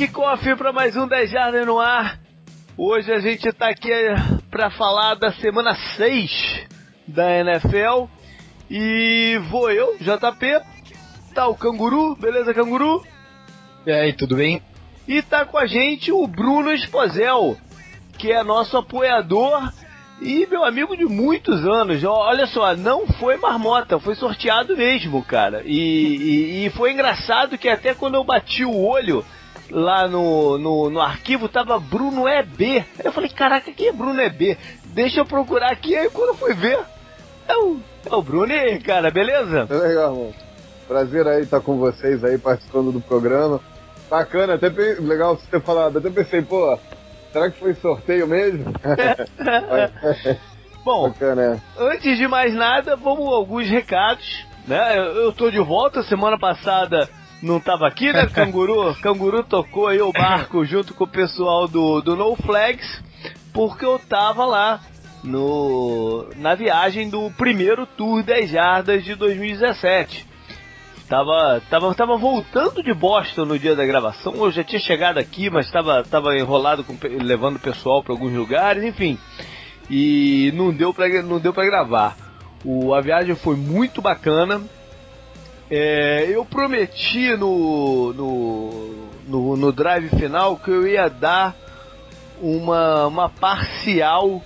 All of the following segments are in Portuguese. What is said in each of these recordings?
Kickoff para mais um 10 Jardas no ar. Hoje a gente está aqui para falar da semana 6 da NFL. E vou eu, JP, tá o Canguru, beleza, Canguru? E aí, tudo bem? E tá com a gente o Bruno Esposel, que é nosso apoiador e meu amigo de muitos anos. Olha só, não foi marmota, foi sorteado mesmo, cara. E foi engraçado que até quando eu bati o olho lá no arquivo, tava Bruno EB. Aí eu falei, caraca, quem é Bruno EB? Deixa eu procurar aqui. Aí quando eu fui ver, é o Bruno. E aí, cara, beleza? É legal, mano. Prazer aí estar com vocês aí, participando do programa. Bacana, legal você ter falado. Até pensei, pô, será que foi sorteio mesmo? Bom, bacana. Antes de mais nada, vamos alguns recados, né? Eu tô de volta, semana passada não tava aqui, né, Canguru? Canguru tocou aí o barco junto com o pessoal do No Flags, porque eu tava lá na viagem do primeiro Tour 10 Jardas de 2017. Tava voltando de Boston no dia da gravação. Eu já tinha chegado aqui, mas tava enrolado levando o pessoal para alguns lugares, enfim. E não deu pra gravar. A viagem foi muito bacana. Eu prometi no drive final que eu ia dar uma parcial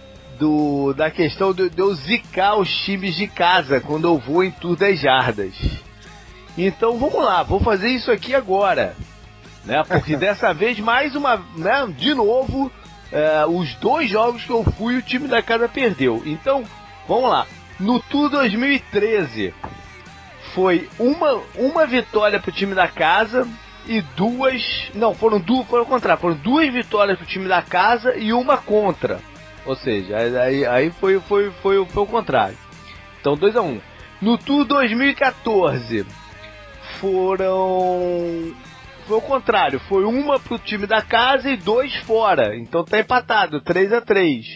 da questão de eu zicar os times de casa quando eu vou em Tour 10 Jardas. Então vamos lá, vou fazer isso aqui agora, né? Porque dessa vez de novo, os dois jogos que eu fui, o time da casa perdeu. Então vamos lá. No Tour 2013 foi uma vitória pro time da casa e foram duas vitórias pro time da casa e uma contra. Ou seja, aí foi o contrário. Então 2-1. No Tour 2014 foi o contrário, foi uma pro time da casa e 2 fora, então tá empatado, 3-3.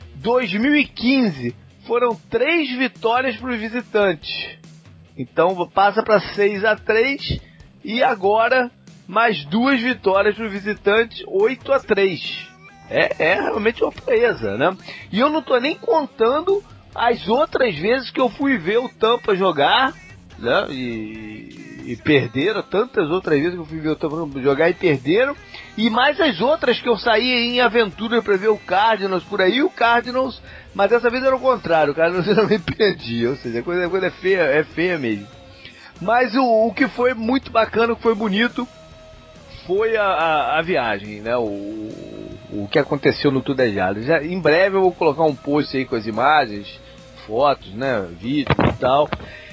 2015 foram 3 vitórias pros visitantes, então passa para 6-3, e agora mais 2 vitórias pros visitantes, 8-3. É realmente uma proeza, né? E eu não tô nem contando as outras vezes que eu fui ver o Tampa jogar, né? E perderam, tantas outras vezes que eu fui ver o Tampa jogar e perderam, e mais as outras que eu saí em aventura para ver o Cardinals por aí, mas dessa vez era o contrário, o Cardinals eu me perdi, ou seja, a coisa é feia mesmo. Mas o que foi muito bacana, o que foi bonito, foi a viagem, né? O que aconteceu no Tour 10 Jardas. Em breve eu vou colocar um post aí com as imagens, fotos, né? Vídeos e tal.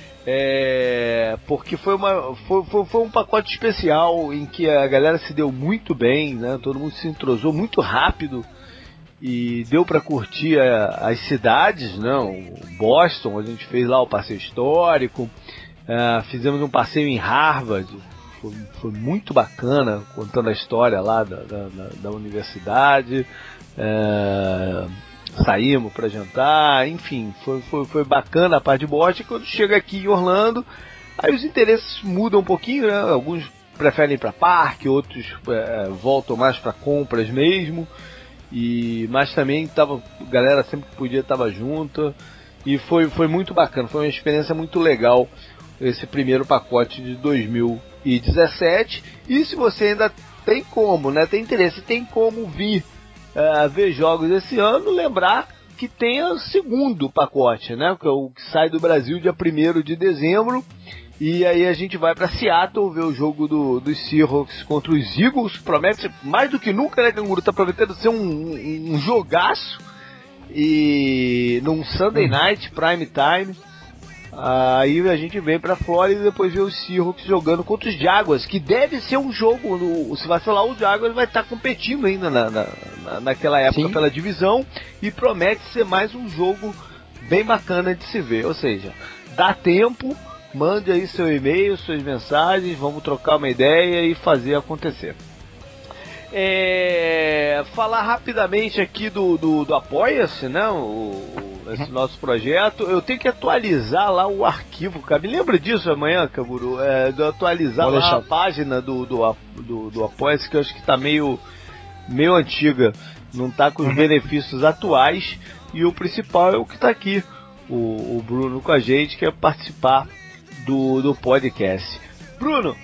Porque foi um pacote especial em que a galera se deu muito bem, né? Todo mundo se entrosou muito rápido e deu para curtir as cidades, né? O Boston, a gente fez lá o passeio histórico, fizemos um passeio em Harvard, foi muito bacana, contando a história lá da universidade. Saímos para jantar, enfim, foi bacana a parte de Boston. Quando chega aqui em Orlando, aí os interesses mudam um pouquinho, né? Alguns preferem ir para parque, outros voltam mais para compras mesmo, mas também a galera sempre que podia estava junta, e foi muito bacana, foi uma experiência muito legal esse primeiro pacote de 2017. E se você ainda tem interesse, tem como vir ver jogos esse ano, lembrar que tem o segundo pacote, né? Que é o que sai do Brasil dia 1º de dezembro, e aí a gente vai para Seattle ver o jogo dos Seahawks contra os Eagles. Promete mais do que nunca, né, Canguru? Tá prometendo ser um jogaço, e num Sunday Night Prime Time. Aí a gente vem pra Flórida e depois vê os Seahawks jogando contra os Jaguars, que deve ser um jogo, se vacilar o Jaguars vai estar competindo ainda naquela época. Sim, pela divisão, e promete ser mais um jogo bem bacana de se ver. Ou seja, dá tempo, mande aí seu e-mail, suas mensagens, vamos trocar uma ideia e fazer acontecer. Falar rapidamente aqui do Apoia-se, né? Esse nosso projeto. Eu tenho que atualizar lá o arquivo, cara. Me lembra disso amanhã, Canguru? De atualizar lá a página do Apoia-se, que eu acho que tá meio antiga, não tá com os benefícios atuais, e o principal é o que tá aqui, o Bruno com a gente, que é participar do podcast. Bruno,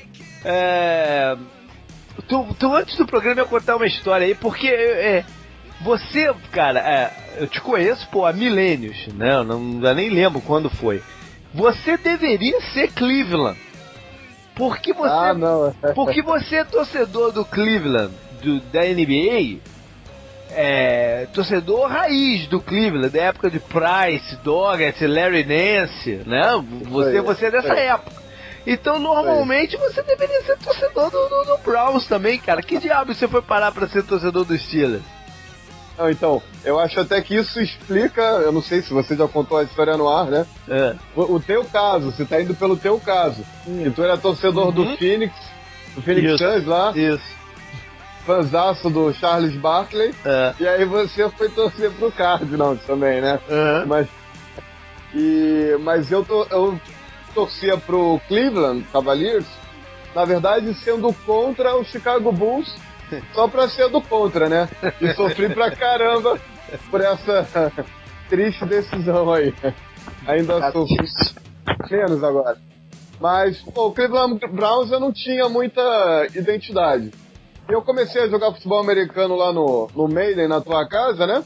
tu antes do programa ia contar uma história aí, porque você, cara, eu te conheço, há milênios, né? Eu não nem lembro quando foi. Você deveria ser Cleveland. Porque você é torcedor do Cleveland, da NBA, torcedor raiz do Cleveland, da época de Price, Doggett, Larry Nance, né? Você é dessa época. Então, normalmente, você deveria ser torcedor do Browns também, cara. Que diabo você foi parar pra ser torcedor do Steelers? Não, então, eu acho até que isso explica, eu não sei se você já contou a história no ar, né? O teu caso, você tá indo pelo teu caso. E tu era torcedor do Phoenix Suns lá. Isso. Fanzaço do Charles Barkley. E aí você foi torcer pro Cardinals também, né? Mas eu torcia pro Cleveland Cavaliers, na verdade, sendo contra o Chicago Bulls, só pra ser do contra, né? E sofri pra caramba por essa triste decisão aí. Ainda sofri menos agora. Mas, o Cleveland Browns eu não tinha muita identidade. E eu comecei a jogar futebol americano lá no Maiden, na tua casa, né?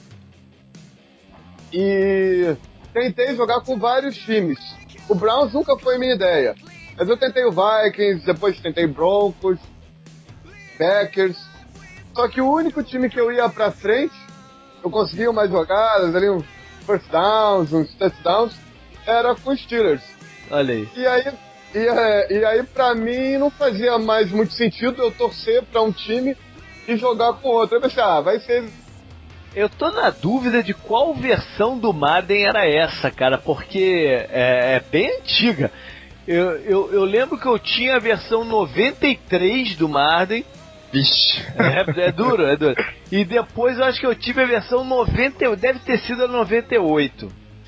E tentei jogar com vários times. O Browns nunca foi minha ideia. Mas eu tentei o Vikings, depois tentei Broncos, Packers. Só que o único time que eu ia pra frente, eu conseguia umas jogadas ali, uns first downs, uns touchdowns, era com os Steelers. Olha aí. E aí pra mim não fazia mais muito sentido eu torcer pra um time e jogar com outro. Eu pensei, vai ser... Eu tô na dúvida de qual versão do Madden era essa, cara, porque é bem antiga. Eu lembro que eu tinha a versão 93 do Madden. Vixe. É duro. E depois eu acho que eu tive a versão 90, deve ter sido a 98.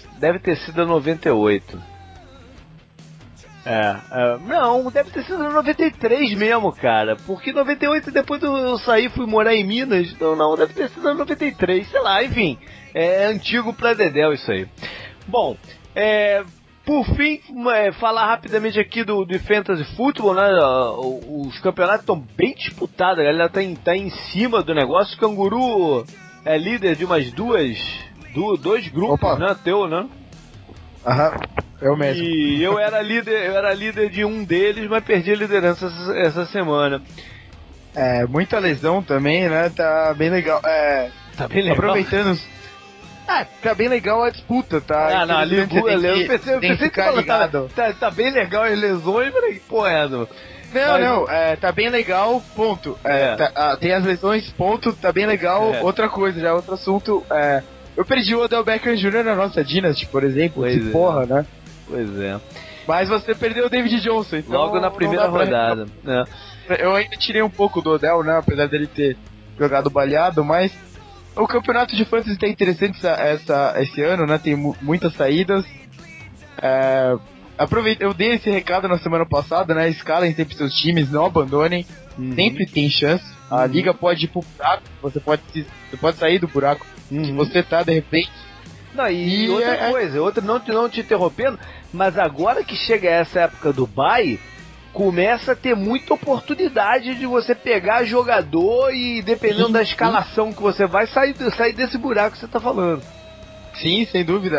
Não, deve ter sido 93 mesmo, cara. Porque 98 depois eu saí, fui morar em Minas. Então não, deve ter sido 93, sei lá, enfim. É antigo pra dedéu isso aí. Bom, por fim, falar rapidamente aqui do Fantasy Football, né? Os campeonatos estão bem disputados, a galera tá em cima do negócio. O Canguru é líder de umas dois grupos. Opa. Né? Teu, né? Aham, eu mesmo. E eu era líder de um deles, mas perdi a liderança essa semana. Muita lesão também, né? Tá bem legal. Tá bem legal. Aproveitando. Tá bem legal a disputa, tá? Não, eu pensei que ficar ligado. Tá bem legal as lesões, mas que porra é essa? Não, tá bem legal, ponto. Tem as lesões, ponto, tá bem legal, outra coisa, já outro assunto. Eu perdi o Odell Beckham Jr. na nossa Dynasty, por exemplo, porra, né? Pois é. Mas você perdeu o David Johnson, então logo na primeira rodada. Eu ainda tirei um pouco do Odell, né? Apesar dele ter jogado baleado, mas o campeonato de fantasy tá interessante esse ano, né? Tem muitas saídas. Eu dei esse recado na semana passada, né? Escalem sempre seus times, não abandonem. Sempre tem chance. A liga pode ir pro buraco, você pode sair do buraco que você tá de repente. Não, e outra coisa, não te interrompendo, mas agora que chega essa época do bye, começa a ter muita oportunidade de você pegar jogador e, dependendo da escalação que você vai, sair desse buraco que você tá falando. Sim, sem dúvida.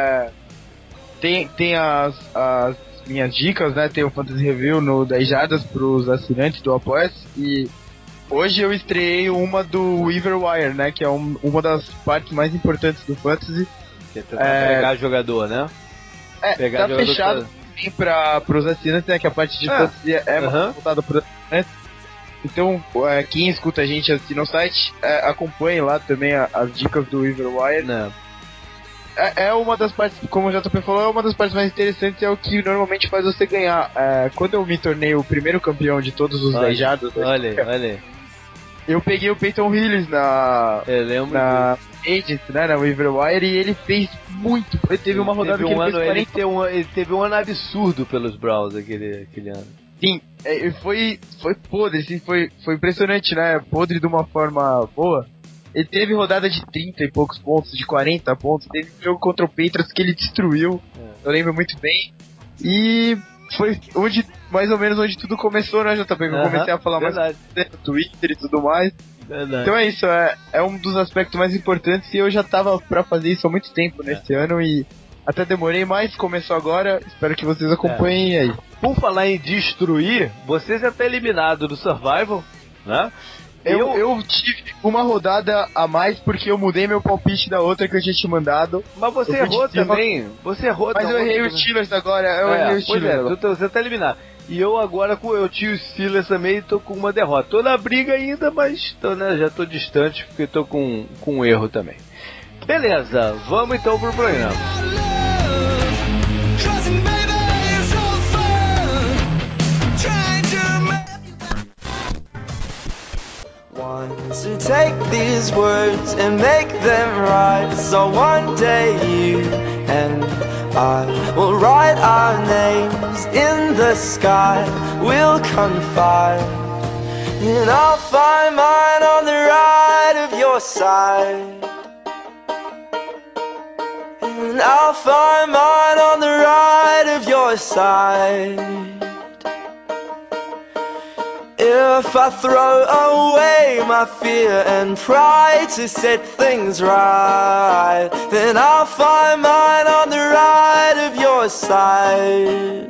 Tem as minhas dicas, né? Tem o Fantasy Review no 10 Jardas pros assinantes do Apoia-se. E hoje eu estreiei uma do Waiver, né? Que é uma das partes mais importantes do Fantasy. Que é tentar pegar jogador, né? Tá fechado pros assinantes, né? Que a parte de Fantasy é mais voltada pros assinantes. Então, quem escuta a gente assim no site, acompanhe lá também as dicas do Waiver. Não. É uma das partes, como o JP falou, é uma das partes mais interessantes, é o que normalmente faz você ganhar. Quando eu me tornei o primeiro campeão de todos os 10 jardas, olha aí. Eu peguei o Peyton Hillis na Agent, né, na Waiver, e ele fez muito. Ele teve uma rodada que ele fez 40... Ele teve um ano absurdo pelos Browns aquele ano. Sim, foi podre, assim, foi impressionante, né? Podre de uma forma boa. Ele teve rodada de 30 e poucos pontos, de 40 pontos. Teve um jogo contra o Patriots que ele destruiu. Eu lembro muito bem. E foi mais ou menos onde tudo começou, né, JP? Eu comecei a falar verdade. mais no Twitter e tudo mais. Verdade. Então é isso, é um dos aspectos mais importantes. E eu já tava pra fazer isso há muito tempo nesse ano e até demorei, mas começou agora. Espero que vocês acompanhem aí. Por falar em destruir, você já tá eliminado do Survival, né? Eu tive uma rodada a mais porque eu mudei meu palpite da outra que eu tinha te mandado. Mas você errou também. Você errou. Mas eu errei os Steelers agora. Errei os Steelers agora. Você tá eliminado. E eu agora, eu tinha os Steelers também e tô com uma derrota. Tô na briga ainda, mas já tô distante porque tô com um erro também. Beleza, vamos então pro programa. So take these words and make them right. So one day you and I will write our names in the sky. We'll confide, and I'll find mine on the right of your side. And I'll find mine on the right of your side. If I throw away my fear and pride to set things right, then I'll find mine on the right of your side.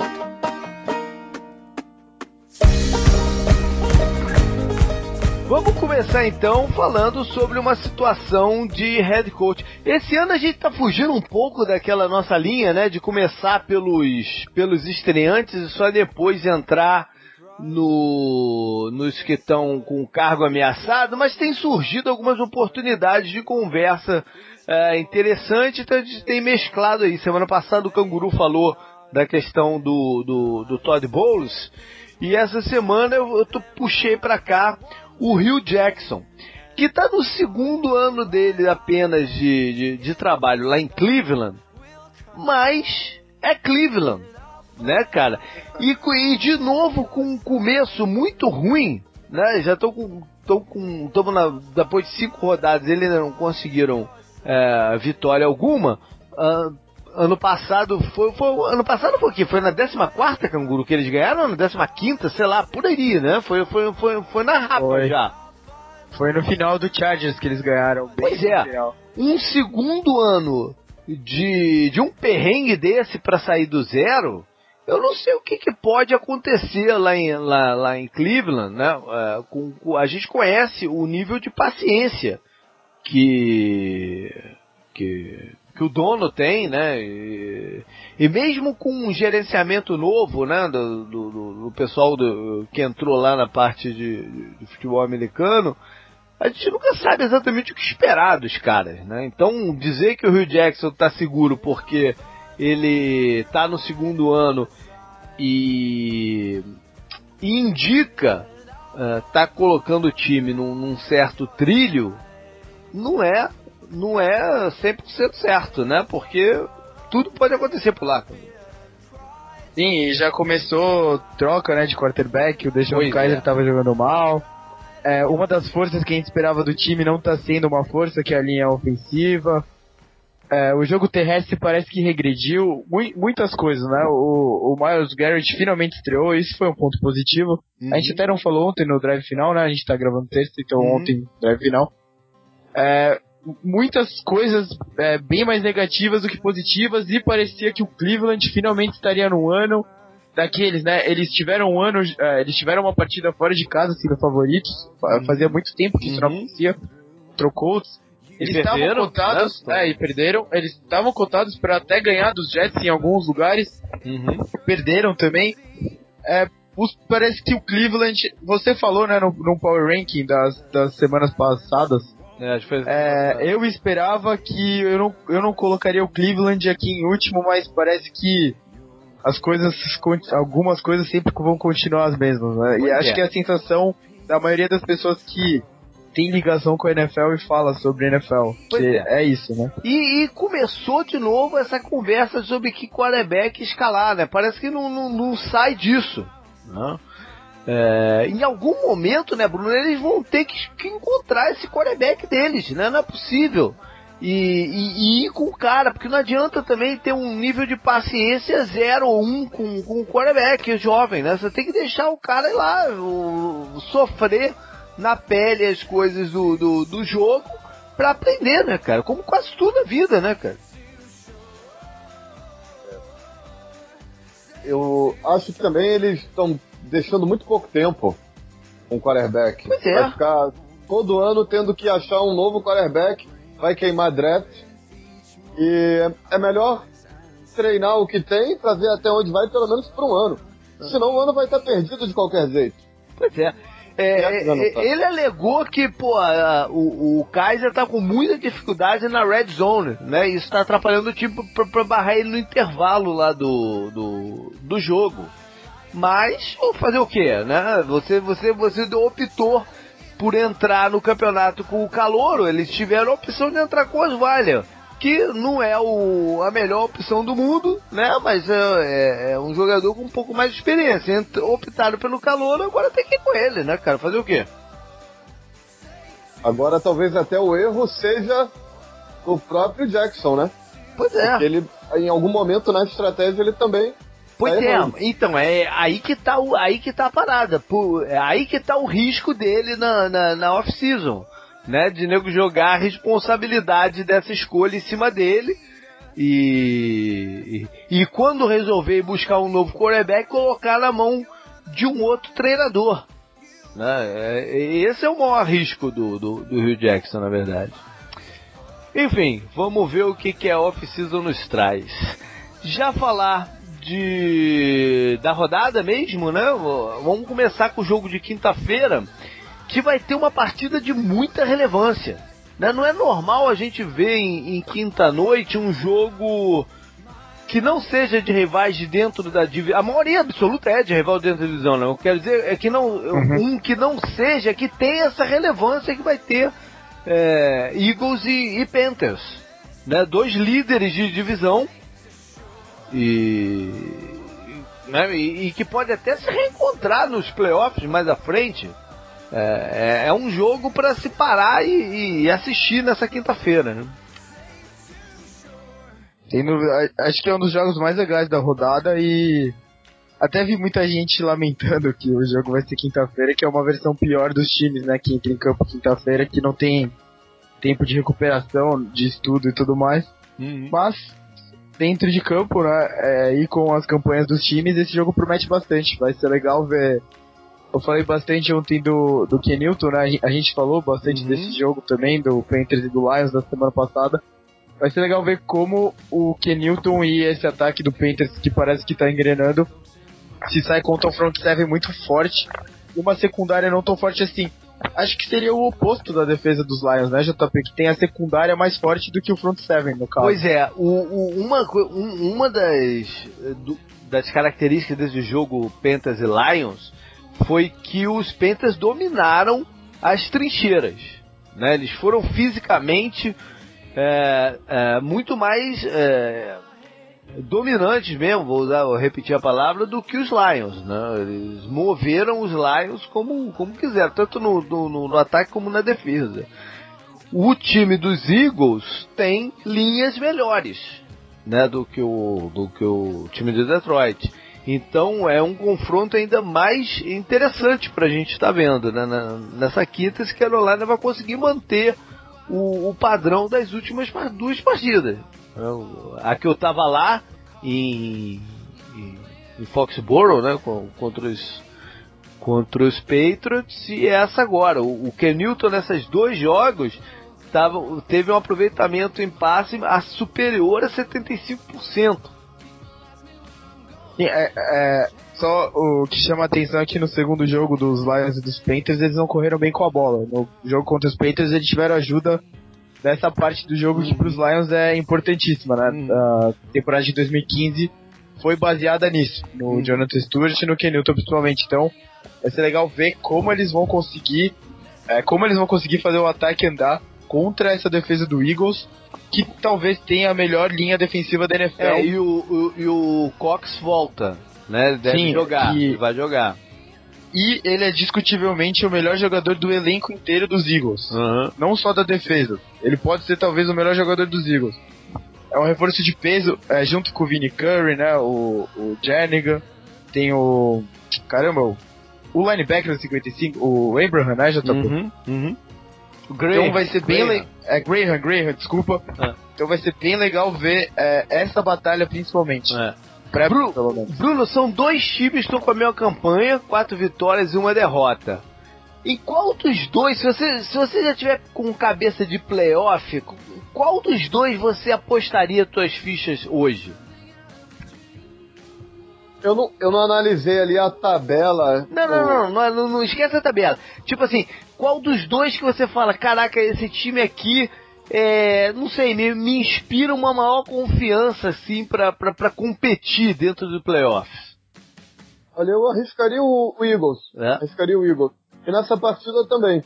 Vamos começar então falando sobre uma situação de head coach. Esse ano a gente tá fugindo um pouco daquela nossa linha, né, de começar pelos estreantes e só depois entrar nos que estão com o cargo ameaçado, mas tem surgido algumas oportunidades de conversa interessante, então a gente tem mesclado aí. Semana passada o Canguru falou da questão do Todd Bowles, e essa semana eu puxei para cá o Hugh Jackson, que está no segundo ano dele apenas de trabalho lá em Cleveland, mas é Cleveland, né, cara? E de novo com um começo muito ruim, né? Já depois de 5 rodadas eles ainda não conseguiram vitória alguma. Ano passado foi o quê? Foi na 14ª, Canguru, que eles ganharam, ou na 15ª, sei lá, por aí, né? Foi na rapa já. Foi no final do Chargers que eles ganharam. Pois é, um segundo ano de um perrengue desse para sair do zero. Eu não sei o que pode acontecer lá em Cleveland, né? A gente conhece o nível de paciência que o dono tem, né? E mesmo com um gerenciamento novo, né? Do pessoal que entrou lá na parte de futebol americano, a gente nunca sabe exatamente o que esperar dos caras, né? Então, dizer que o Hugh Jackson está seguro porque ele está no segundo ano e indica tá colocando o time num certo trilho, não é 100% certo, né? Porque tudo pode acontecer por lá. Sim, já começou troca, né, de quarterback, o Deshaun Kaiser estava jogando mal. Uma das forças que a gente esperava do time não está sendo uma força, que é a linha ofensiva. O jogo terrestre parece que regrediu, muitas coisas, né? O Myles Garrett finalmente estreou, isso foi um ponto positivo. A gente até não falou ontem no drive final, né? A gente tá gravando terça, então ontem drive final. Muitas coisas bem mais negativas do que positivas, e parecia que o Cleveland finalmente estaria no ano daqueles, né? Eles tiveram uma partida fora de casa sendo favoritos, fazia muito tempo que isso não acontecia, trocou. Eles estavam cotados, e perderam. Eles estavam cotados para até ganhar dos Jets em alguns lugares. Perderam também. Parece que o Cleveland, você falou, né, no Power Ranking das semanas passadas. Eu esperava que eu não colocaria o Cleveland aqui em último, mas parece que algumas coisas sempre vão continuar as mesmas, né? E acho que é a sensação da maioria das pessoas que tem ligação com a NFL e fala sobre a NFL. É isso, né? E começou de novo essa conversa sobre que quarterback escalar, né? Parece que não sai disso, né? Em algum momento, né, Bruno, eles vão ter que encontrar esse quarterback deles, né? Não é possível. E ir com o cara, porque não adianta também ter um nível de paciência 0 ou 1 com o quarterback jovem, né? Você tem que deixar o cara ir lá, sofrer na pele as coisas do jogo pra aprender, né, cara? Como quase tudo na vida, né, cara? Eu acho que também eles estão deixando muito pouco tempo com o quarterback. Pois é. Vai ficar todo ano tendo que achar um novo quarterback, vai queimar draft. E é melhor treinar o que tem pra ver até onde vai, pelo menos por um ano. Senão o ano vai estar perdido de qualquer jeito. Pois é. Ele alegou que, o Kaiser tá com muita dificuldade na red zone, né? Isso tá atrapalhando o time pra barrar ele no intervalo lá do jogo. Mas, fazer o quê, né? Você optou por entrar no campeonato com o calouro, eles tiveram a opção de entrar com o Osweiler, que não é a melhor opção do mundo, né? Mas é um jogador com um pouco mais de experiência. Optaram pelo calouro, agora tem que ir com ele, né, cara? Fazer o quê? Agora talvez até o erro seja do próprio Jackson, né? Pois é. Porque ele, em algum momento na estratégia, ele também... Pois então, é aí que tá a parada, é aí que tá o risco dele na off-season, né, de nego jogar a responsabilidade dessa escolha em cima dele e quando resolver buscar um novo quarterback, colocar na mão de um outro treinador, né, esse é o maior risco do Hugh Jackson, na verdade. Enfim, vamos ver o que a off-season nos traz. Já falar da rodada mesmo, né? Vamos começar com o jogo de quinta-feira, que vai ter uma partida de muita relevância, né? Não é normal a gente ver em quinta-noite um jogo que não seja de rivais de dentro da divisão. A maioria absoluta é de rival dentro da divisão, né? Eu quero dizer é que não, um que não seja, que tem essa relevância que vai ter Eagles e Panthers, né? 2 líderes de divisão e que pode até se reencontrar nos playoffs mais à frente. É um jogo para se parar e assistir nessa quinta-feira, né? Acho que é um dos jogos mais legais da rodada e até vi muita gente lamentando que o jogo vai ser quinta-feira, que é uma versão pior dos times, né, que entra em campo quinta-feira, que não tem tempo de recuperação, de estudo e tudo mais. Mas dentro de campo, né, e com as campanhas dos times, esse jogo promete bastante. Vai ser legal ver. Eu falei bastante ontem do Kenilton, né? A gente falou bastante desse jogo também, do Panthers e do Lions da semana passada. Vai ser legal ver como o Kenilton e esse ataque do Panthers, que parece que tá engrenando, se sai contra um front seven muito forte e uma secundária não tão forte assim. Acho que seria o oposto da defesa dos Lions, né, JP? Que tem a secundária mais forte do que o front seven, no caso. Pois é, uma das características desse jogo Panthers e Lions foi que os Panthers dominaram as trincheiras, né? Eles foram fisicamente muito mais dominantes mesmo, vou repetir a palavra, do que os Lions, né? Eles moveram os Lions como quiseram, tanto no ataque como na defesa. O time dos Eagles tem linhas melhores, né, do que o time de Detroit. Então é um confronto ainda mais interessante para a gente estar vendo, né? Nessa quinta, se Carolina vai conseguir manter o padrão das últimas 2 partidas. A que eu estava lá em Foxborough, né, contra os Patriots, e essa agora. O Kenilton nessas 2 jogos teve um aproveitamento em passe superior a 75%. Só o que chama a atenção é que no segundo jogo dos Lions e dos Panthers eles não correram bem com a bola. No jogo contra os Panthers eles tiveram ajuda dessa parte do jogo que para os Lions é importantíssima, né? A temporada de 2015 foi baseada nisso, no Jonathan Stewart e no Kenilton principalmente. Então vai ser legal ver como eles vão conseguir fazer o ataque andar contra essa defesa do Eagles, que talvez tenha a melhor linha defensiva da NFL. E o Cox volta. né? Deve jogar, ele vai jogar. E ele é discutivelmente o melhor jogador do elenco inteiro dos Eagles. Não só da defesa. Ele pode ser talvez o melhor jogador dos Eagles. É um reforço de peso, junto com o Vinnie Curry, né? O Jernigan. Tem o... Caramba, o linebacker do 55, o Abraham, né, JP? O Graham. Então vai ser bem legal. Graham, desculpa. Então vai ser bem legal ver essa batalha principalmente. Bruno, são 2 times que estão com a mesma campanha, 4 vitórias e 1 derrota. E qual dos dois, se você já tiver com cabeça de playoff, qual dos dois você apostaria suas fichas hoje? Eu não analisei ali a tabela. Não esquece a tabela. Tipo assim, qual dos dois que você fala, caraca, esse time aqui, não sei, me inspira uma maior confiança, assim, pra competir dentro do playoffs? Olha, eu arriscaria o Eagles. Arriscaria o Eagles. E nessa partida também.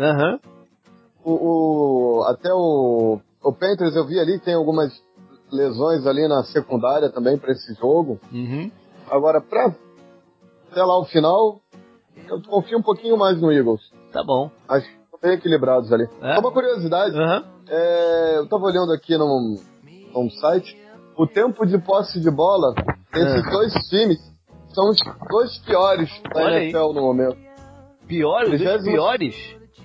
Até o Panthers eu vi ali, tem algumas lesões ali na secundária também pra esse jogo. Agora, até lá o final, eu confio um pouquinho mais no Eagles. Tá bom. Acho que estão bem equilibrados ali. Só uma curiosidade, eu tava olhando aqui num site, o tempo de posse de bola desses 2 times são os 2 piores da NFL no momento. Piores? Os piores?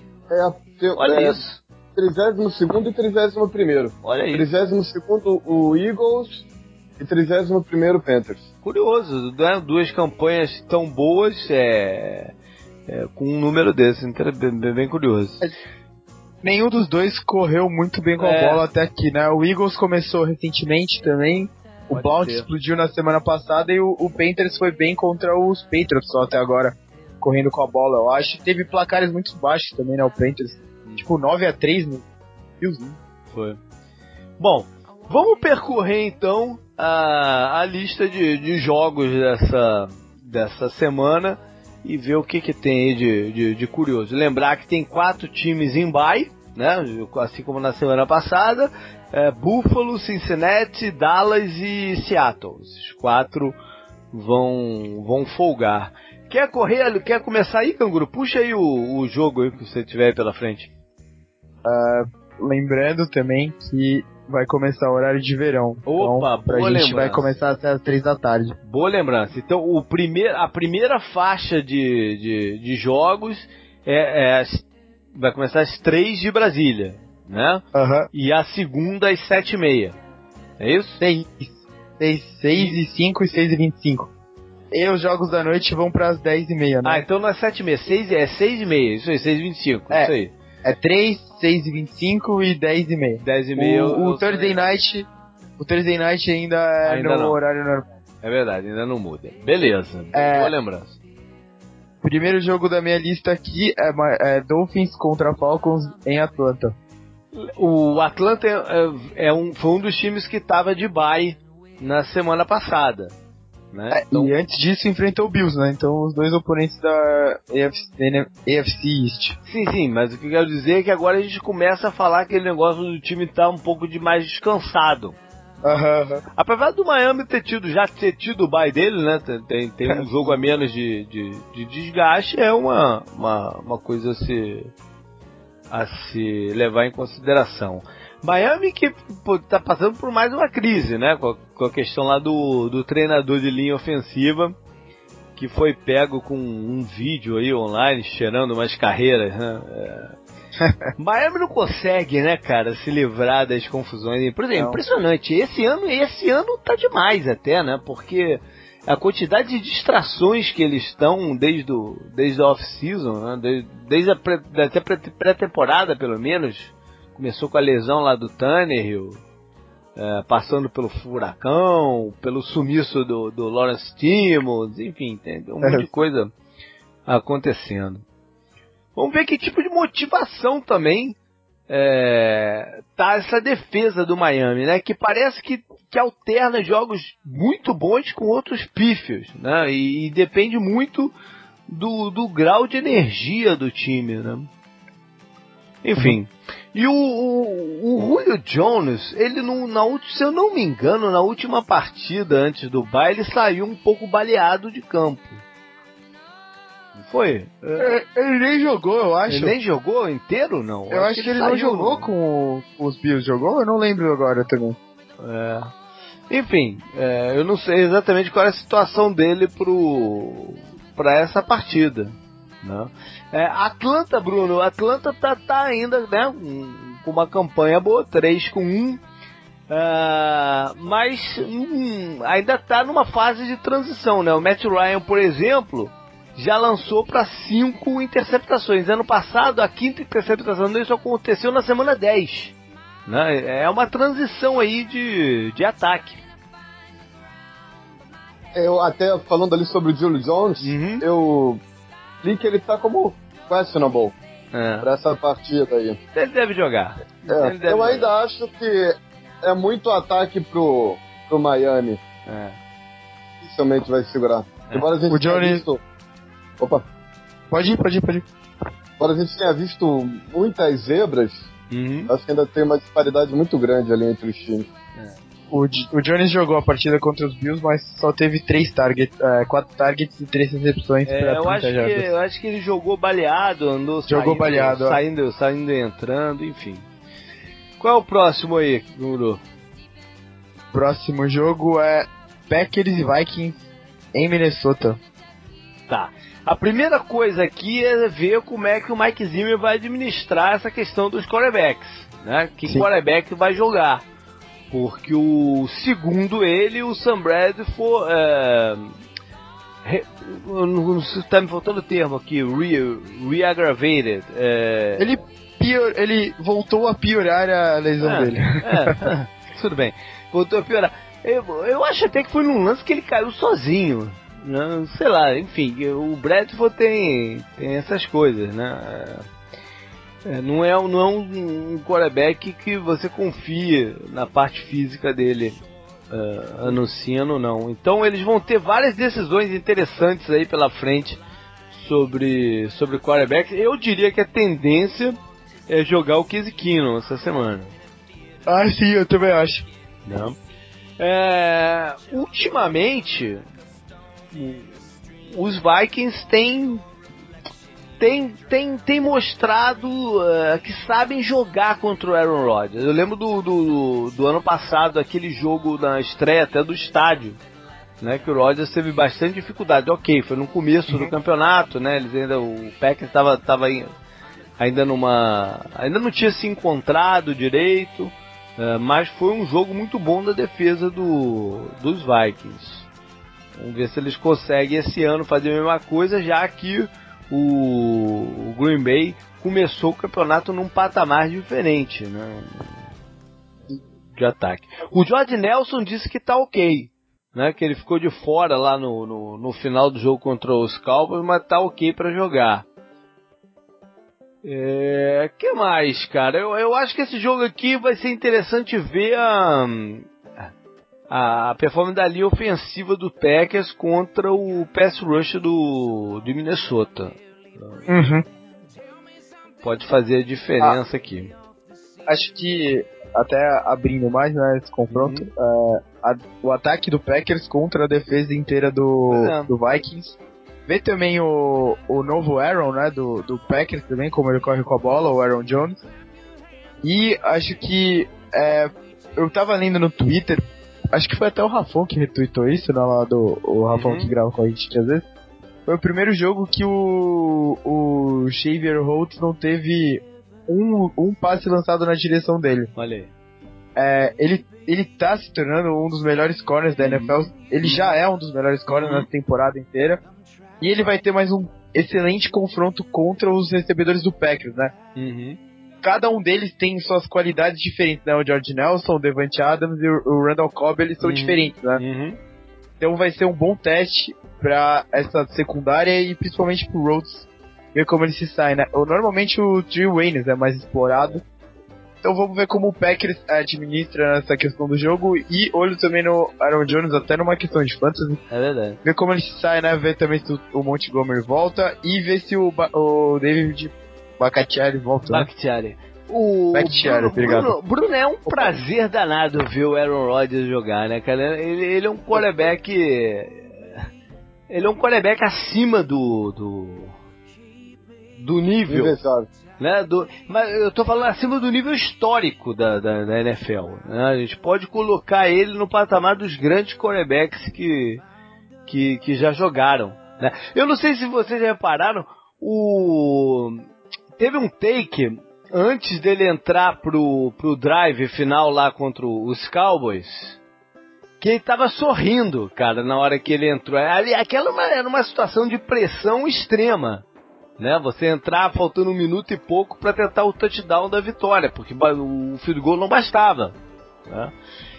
Olha isso. 32º e 31º. Olha isso. 32º o Eagles e 31º Panthers. Curioso, né? 2 campanhas tão boas com um número desse, bem curioso. Nenhum dos dois correu muito bem com a bola até aqui, né? O Eagles começou recentemente também, o Browns explodiu na semana passada e o Panthers foi bem contra os Patriots só até agora, correndo com a bola. Eu acho que teve placares muito baixos também, né? O Panthers, tipo 9-3 no Bills. Foi. Bom, vamos percorrer então a lista de jogos dessa semana e ver o que tem aí de curioso. Lembrar que tem 4 times em bye, né? Assim como na semana passada, Buffalo, Cincinnati, Dallas e Seattle. Esses 4 vão folgar. Quer começar aí, Canguru? Puxa aí o jogo aí que você tiver aí pela frente. Lembrando também que vai começar o horário de verão. Opa, então, pra gente vai começar até as 3 da tarde. Boa lembrança. Então, a primeira faixa de jogos vai começar às 3 de Brasília, né? E a segunda às 7h30. É isso? 6 e 5 e 6 e 25. E os jogos da noite vão para as 10h30, né? Então não é 7h30, é 6h30, isso aí, 6h25, isso aí. É 3, 6 e 25 e 10h30. 10h30 o Thursday Night. O Thursday Night ainda no não. horário normal. É verdade, ainda não muda. Beleza, boa lembrança. Primeiro jogo da minha lista aqui é Dolphins contra Falcons em Atlanta. O Atlanta foi um dos times que estava de bye na semana passada. Né? Então... E antes disso enfrentou o Bills, né? Então os 2 oponentes da AFC East. Sim, mas o que eu quero dizer é que agora a gente começa a falar aquele negócio do time estar um pouco mais descansado. Apesar do Miami ter tido o bye dele, né? Tem um jogo a menos de desgaste, é uma coisa a se levar em consideração. Miami que está passando por mais uma crise, né? Com a questão lá do treinador de linha ofensiva, que foi pego com um vídeo aí online cheirando umas carreiras, né? Miami não consegue, né, cara, se livrar das confusões. Por exemplo, impressionante. Esse ano tá demais até, né? Porque a quantidade de distrações que eles estão desde a off-season, né? Desde até pré-temporada, pelo menos. Começou com a lesão lá do Tannehill, passando pelo furacão, pelo sumiço do Lawrence Timmons, enfim, tem um monte de coisa acontecendo. Vamos ver que tipo de motivação também tá essa defesa do Miami, né? Que parece que alterna jogos muito bons com outros pífios, né? E depende muito do grau de energia do time, né? Enfim. E o Julio Jones, ele se eu não me engano, na última partida antes do bye, ele saiu um pouco baleado de campo. Não foi? Ele nem jogou, eu acho. Ele nem jogou inteiro, não? Eu acho que ele não jogou com os Bills. Jogou? Eu não lembro agora também. Enfim, eu não sei exatamente qual é a situação dele para essa partida. Né? Atlanta, Bruno, Atlanta tá ainda, né, com uma campanha boa, 3-1, mas ainda tá numa fase de transição, né? O Matt Ryan, por exemplo, já lançou para 5 interceptações. Ano passado, a 5ª interceptação dele só aconteceu na semana 10. Né? É uma transição aí de ataque. Eu até, falando ali sobre o Julio Jones, eu li que ele tá como questionable pra essa partida aí. Ele deve jogar. Eu ainda acho que é muito ataque pro Miami. Dificilmente vai segurar. Embora a gente tenha visto... Opa. Pode ir. Embora a gente tenha visto muitas zebras, acho que ainda tem uma disparidade muito grande ali entre os times. O Jones jogou a partida contra os Bills, mas só teve 4 targets e 3 recepções para 30 jardas. Eu acho que ele jogou baleado, andou saindo e entrando, enfim. Qual é o próximo aí, Guru? Próximo jogo é Packers e Vikings em Minnesota. Tá. A primeira coisa aqui é ver como é que o Mike Zimmer vai administrar essa questão dos quarterbacks, né? Que quarterback vai jogar. Porque segundo ele, o Sam Bradford, não sei se está me faltando o termo aqui, re-aggravated. Ele voltou a piorar a lesão dele. Tudo bem, voltou a piorar. Eu acho até que foi num lance que ele caiu sozinho. Né? Sei lá, enfim, o Bradford tem essas coisas, né? Não é um quarterback que você confia na parte física dele anunciando, não. Então eles vão ter várias decisões interessantes aí pela frente sobre quarterbacks. Eu diria que a tendência é jogar o Case Keenum essa semana. Sim, eu também acho. Não. Ultimamente, os Vikings tem mostrado que sabem jogar contra o Aaron Rodgers. Eu lembro do ano passado, aquele jogo na estreia até do estádio, né, que o Rodgers teve bastante dificuldade. Ok, foi no começo do campeonato, né, o Packers estava ainda não tinha se encontrado direito, mas foi um jogo muito bom da defesa dos Vikings. Vamos ver se eles conseguem esse ano fazer a mesma coisa, já que o Green Bay começou o campeonato num patamar diferente, né, de ataque. O Jordy Nelson disse que tá ok, né, que ele ficou de fora lá no final do jogo contra os Cowboys, mas tá ok para jogar. Que mais, cara? Eu acho que esse jogo aqui vai ser interessante ver a performance da linha ofensiva do Packers contra o pass rush de Minnesota. Pode fazer a diferença aqui. Acho que, até abrindo mais, né, esse confronto, o ataque do Packers contra a defesa inteira do Vikings. Vê também o novo Aaron, né, do Packers também, como ele corre com a bola, o Aaron Jones. E acho que eu tava lendo no Twitter, acho que foi até o Rafão que retweetou isso, né, lá o Rafão que grava com a gente às vezes. Foi o primeiro jogo que o Xavier Holtz não teve um passe lançado na direção dele. Olha aí. Ele tá se tornando um dos melhores corners da NFL. Ele já é um dos melhores corners na temporada inteira. E ele vai ter mais um excelente confronto contra os recebedores do Packers, né? Cada um deles tem suas qualidades diferentes, né? O Jordy Nelson, o Devante Adams e o Randall Cobb, eles são diferentes, né? Então vai ser um bom teste pra essa secundária e principalmente pro Rhodes ver como ele se sai, né? Normalmente o Trey Waynes é mais explorado. Então vamos ver como o Packers administra essa questão do jogo e olho também no Aaron Jones, até numa questão de fantasy. É verdade. Ver como ele se sai, né? Ver também se o Montgomery volta e ver se o David Bakhtiari voltou. Bakhtiari. Bruno, é um prazer danado ver o Aaron Rodgers jogar, né, cara? Ele é um quarterback. Ele é um quarterback acima do nível. Né, mas eu tô falando acima do nível histórico da NFL. Né? A gente pode colocar ele no patamar dos grandes quarterbacks que já jogaram. Né? Eu não sei se vocês já repararam, teve um take antes dele entrar pro drive final lá contra os Cowboys, que ele tava sorrindo, cara, na hora que ele entrou. Aquela era uma situação de pressão extrema. Né, você entrar faltando 1 minuto e pouco para tentar o touchdown da vitória, porque o field goal não bastava, né?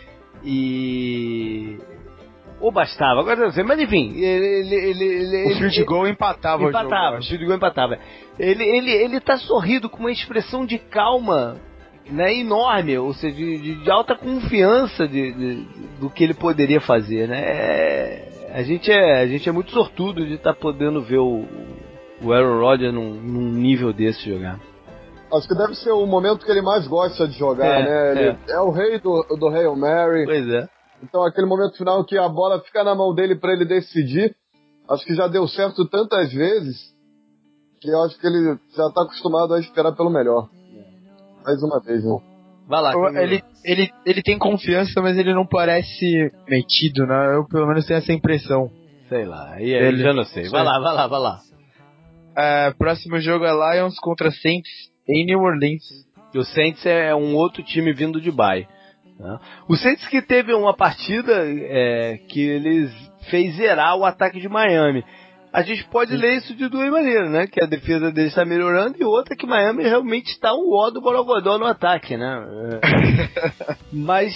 Ou bastava, agora não sei, mas enfim, o field goal empatava o jogo. O field goal empatava. Ele tá sorrindo com uma expressão de calma, né, enorme, ou seja, de alta confiança do que ele poderia fazer, né? A gente é muito sortudo de estar podendo ver o Aaron Rodgers num nível desse jogar. Acho que deve ser o momento que ele mais gosta de jogar, né? Ele é o rei do Hail Mary. Pois é. Então aquele momento final que a bola fica na mão dele para ele decidir, acho que já deu certo tantas vezes que eu acho que ele já está acostumado a esperar pelo melhor. Mais uma vez, né? Vai lá. Ele tem confiança, mas ele não parece metido, né? Eu pelo menos tenho essa impressão. Sei lá, ele já não sei. Vai lá. Próximo jogo é Lions contra Saints em New Orleans. E o Saints é um outro time vindo de bye. Né? O Saints que teve uma partida que eles fez zerar o ataque de Miami. A gente pode ler isso de duas maneiras, né? Que a defesa deles está melhorando e outra que Miami realmente está um ó do borogodó no ataque, né? Mas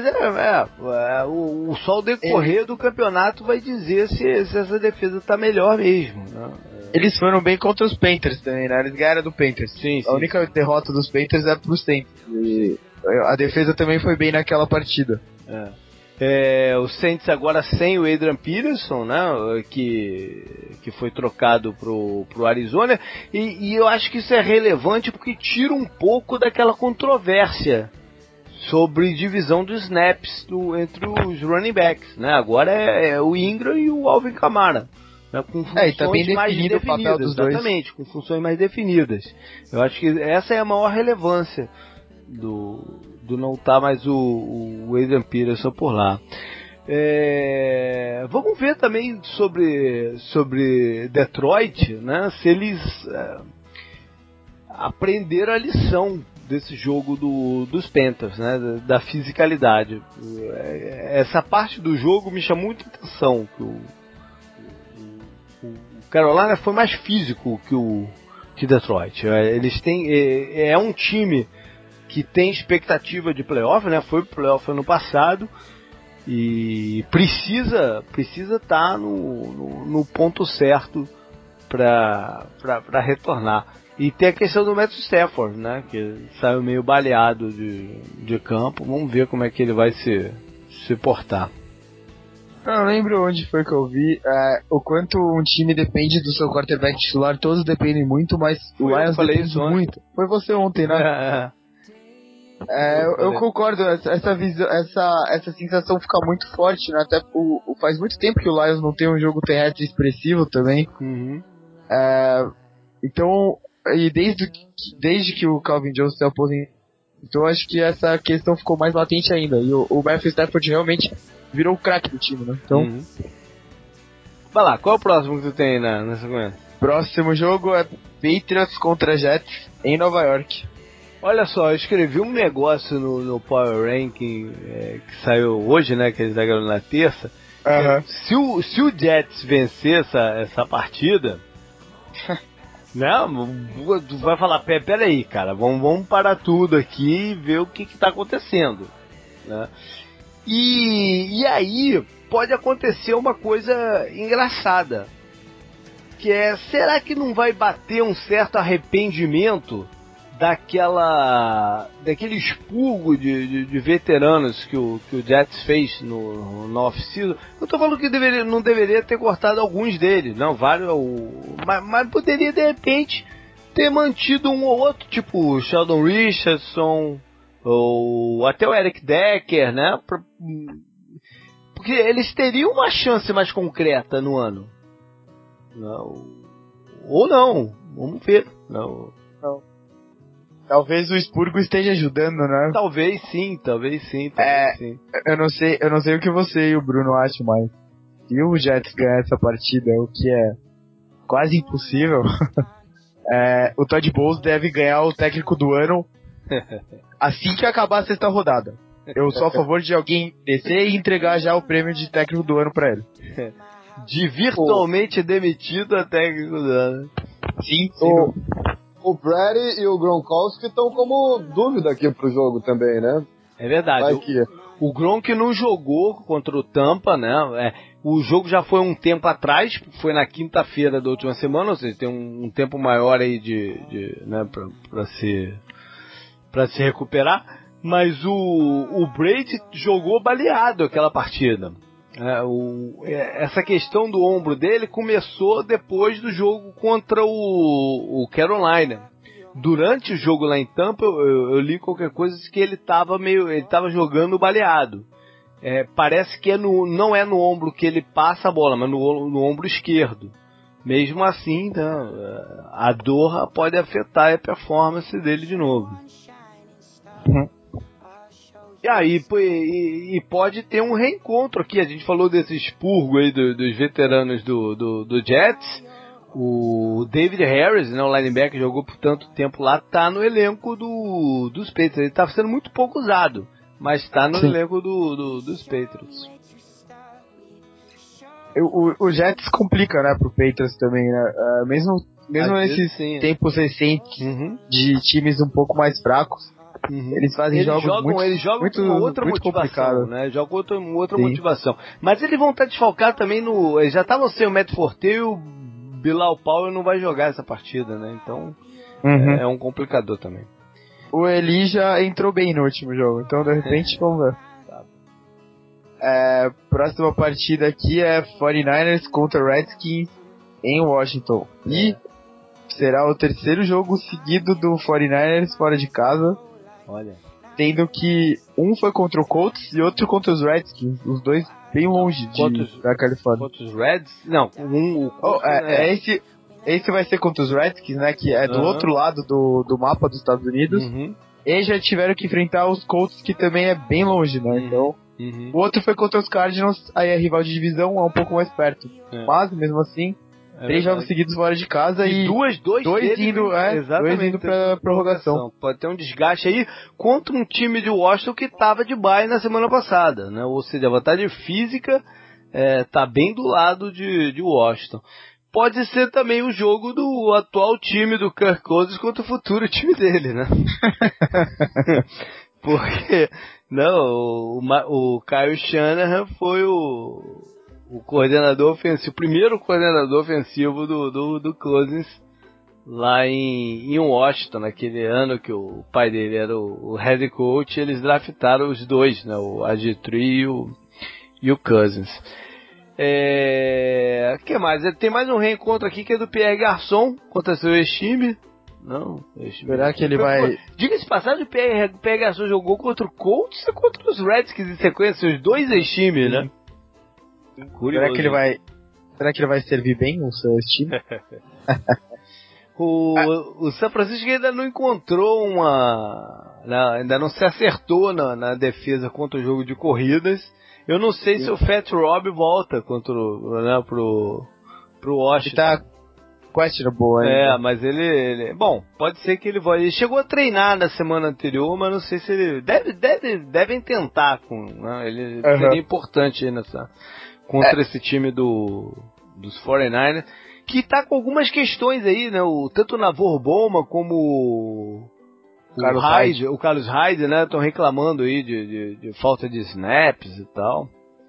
só o decorrer do campeonato vai dizer se essa defesa está melhor mesmo, né? Eles foram bem contra os Panthers também, né? Eles ganharam do Panthers. Sim. A única derrota dos Panthers é pro Saints. E a defesa também foi bem naquela partida. O Saints agora sem o Adrian Peterson, né, que foi trocado pro Arizona, e eu acho que isso é relevante porque tira um pouco daquela controvérsia sobre divisão dos snaps entre os running backs, né? Agora é o Ingram e o Alvin Kamara, né, com funções tá bem mais definido definidas, o papel dos dois. Exatamente, com funções mais definidas. Eu acho que essa é a maior relevância do não estar mais o Adrian Peterson por lá. Vamos ver também sobre Detroit, né? Se eles aprenderam a lição desse jogo dos Panthers, né? Da fisicalidade. Essa parte do jogo me chamou muita atenção, que o Carolina foi mais físico que Detroit. Eles têm é um time que tem expectativa de playoff, né? Foi pro playoff ano passado e precisa estar no ponto certo para retornar. E tem a questão do Matthew Stafford, né? Que saiu meio baleado de campo. Vamos ver como é que ele vai se portar. Eu não lembro onde foi que eu vi o quanto um time depende do seu quarterback titular. Todos dependem muito, mas o Lions depende muito. Foi você ontem, né? Eu concordo, essa sensação fica muito forte, né? Até faz muito tempo que o Lions não tem um jogo terrestre expressivo também. Uhum. Então, e desde que o Calvin Johnson se aposentou, então acho que essa questão ficou mais latente ainda. E o Matthew Stafford realmente virou o craque do time, né? Então, vai lá, qual é o próximo que tu tem na sequência? Próximo jogo é Patriots contra Jets em Nova York. Olha só, eu escrevi um negócio no Power Ranking que saiu hoje, né? Que eles ganharam na terça. Uhum. Se o Jets vencer essa partida, né? Tu vai falar, peraí, cara, vamos parar tudo aqui e ver o que tá acontecendo, né? E aí pode acontecer uma coisa engraçada, que será que não vai bater um certo arrependimento daquele expurgo de veteranos que o Jets fez no off-season? Eu tô falando que não deveria ter cortado alguns deles, não, vários, mas poderia de repente ter mantido um ou outro, tipo o Sheldon Richardson, ou até o Eric Decker, né? Porque eles teriam uma chance mais concreta no ano. Não. Ou não, vamos ver. Não. Talvez o Spurgo esteja ajudando, né? Talvez sim. Sim. Eu não sei o que você e o Bruno acham, mas se o Jets ganhar essa partida, o que é quase impossível, o Todd Bowles deve ganhar o técnico do ano assim que acabar a sexta rodada. Eu sou a favor de alguém descer e entregar já o prêmio de técnico do ano pra ele. De virtualmente demitido a técnico do ano. Sim. O Brady e o Gronkowski estão como dúvida aqui pro jogo também, né? É verdade. O Gronk não jogou contra o Tampa, né? O jogo já foi um tempo atrás, foi na quinta-feira da última semana, ou seja, tem um tempo maior aí né, pra se recuperar. Mas o Brady jogou baleado aquela partida. Essa questão do ombro dele começou depois do jogo contra o Carolina. Durante o jogo lá em Tampa, eu li qualquer coisa que ele tava jogando baleado. Parece que não é no ombro que ele passa a bola, mas no ombro esquerdo. Mesmo assim, né, a dor pode afetar a performance dele de novo. E aí, pode ter um reencontro aqui. A gente falou desse expurgo aí dos veteranos do Jets. O David Harris, né, o linebacker, jogou por tanto tempo lá, tá no elenco dos Patriots. Ele tá sendo muito pouco usado, mas tá no elenco dos Patriots. O Jets complica, né, pro Patriots também, né? Mesmo nesses tempos recentes de times um pouco mais fracos. Eles fazem jogos com uma outra motivação, né? Jogam com outra motivação. Mas eles vão estar desfalcados também eles já estavam sem o Matt Forte e o Bilal Powell não vai jogar essa partida, né? Então é um complicador também. O Eli já entrou bem no último jogo, então de repente vamos ver. Próxima partida aqui é 49ers contra Redskins em Washington. E será o terceiro jogo seguido do 49ers fora de casa. Olha. Sendo que um foi contra o Colts e outro contra os Redskins. Os dois bem longe da Califórnia. Contra os Reds? Não, o Colts, esse vai ser contra os Redskins, né? Que é do outro lado do mapa dos Estados Unidos. E já tiveram que enfrentar os Colts, que também é bem longe, né? Então, o outro foi contra os Cardinals, aí é rival de divisão, é um pouco mais perto. Mas, mesmo assim, 3 jogos seguidos fora de casa e dois indo pra prorrogação. Pode ter um desgaste aí contra um time de Washington que estava de bye na semana passada, né? Ou seja, a vantagem física tá bem do lado de Washington. Pode ser também o jogo do atual time do Kirk Cousins contra o futuro time dele, né? Porque o Kyle Shanahan foi o coordenador ofensivo, o primeiro coordenador ofensivo do Cousins lá em Washington, naquele ano que o pai dele era o head coach. Eles draftaram os dois, né, o AG3 e o Cousins. Que mais? Tem mais um reencontro aqui que é do Pierre Garçon contra seu ex-time. Não, será que ele vai... Diga-se de passagem, o Pierre Garçon jogou contra o Colts e contra os Redskins em sequência, os dois ex-times, né? Curioso. Será que ele vai servir bem o seu time? O San Francisco ainda não encontrou ainda não se acertou na defesa contra o jogo de corridas. Eu não sei se o Fat Rob volta pro Washington. Ele tá questionable ainda. Mas ele... Bom, pode ser que ele volte. Ele chegou a treinar na semana anterior, mas não sei se ele... Devem tentar. Ele seria importante aí contra esse time dos 49ers, que tá com algumas questões aí, né? Tanto o Navor Bowman como o Carlos Hyde, né? Estão reclamando aí de falta de snaps e tal.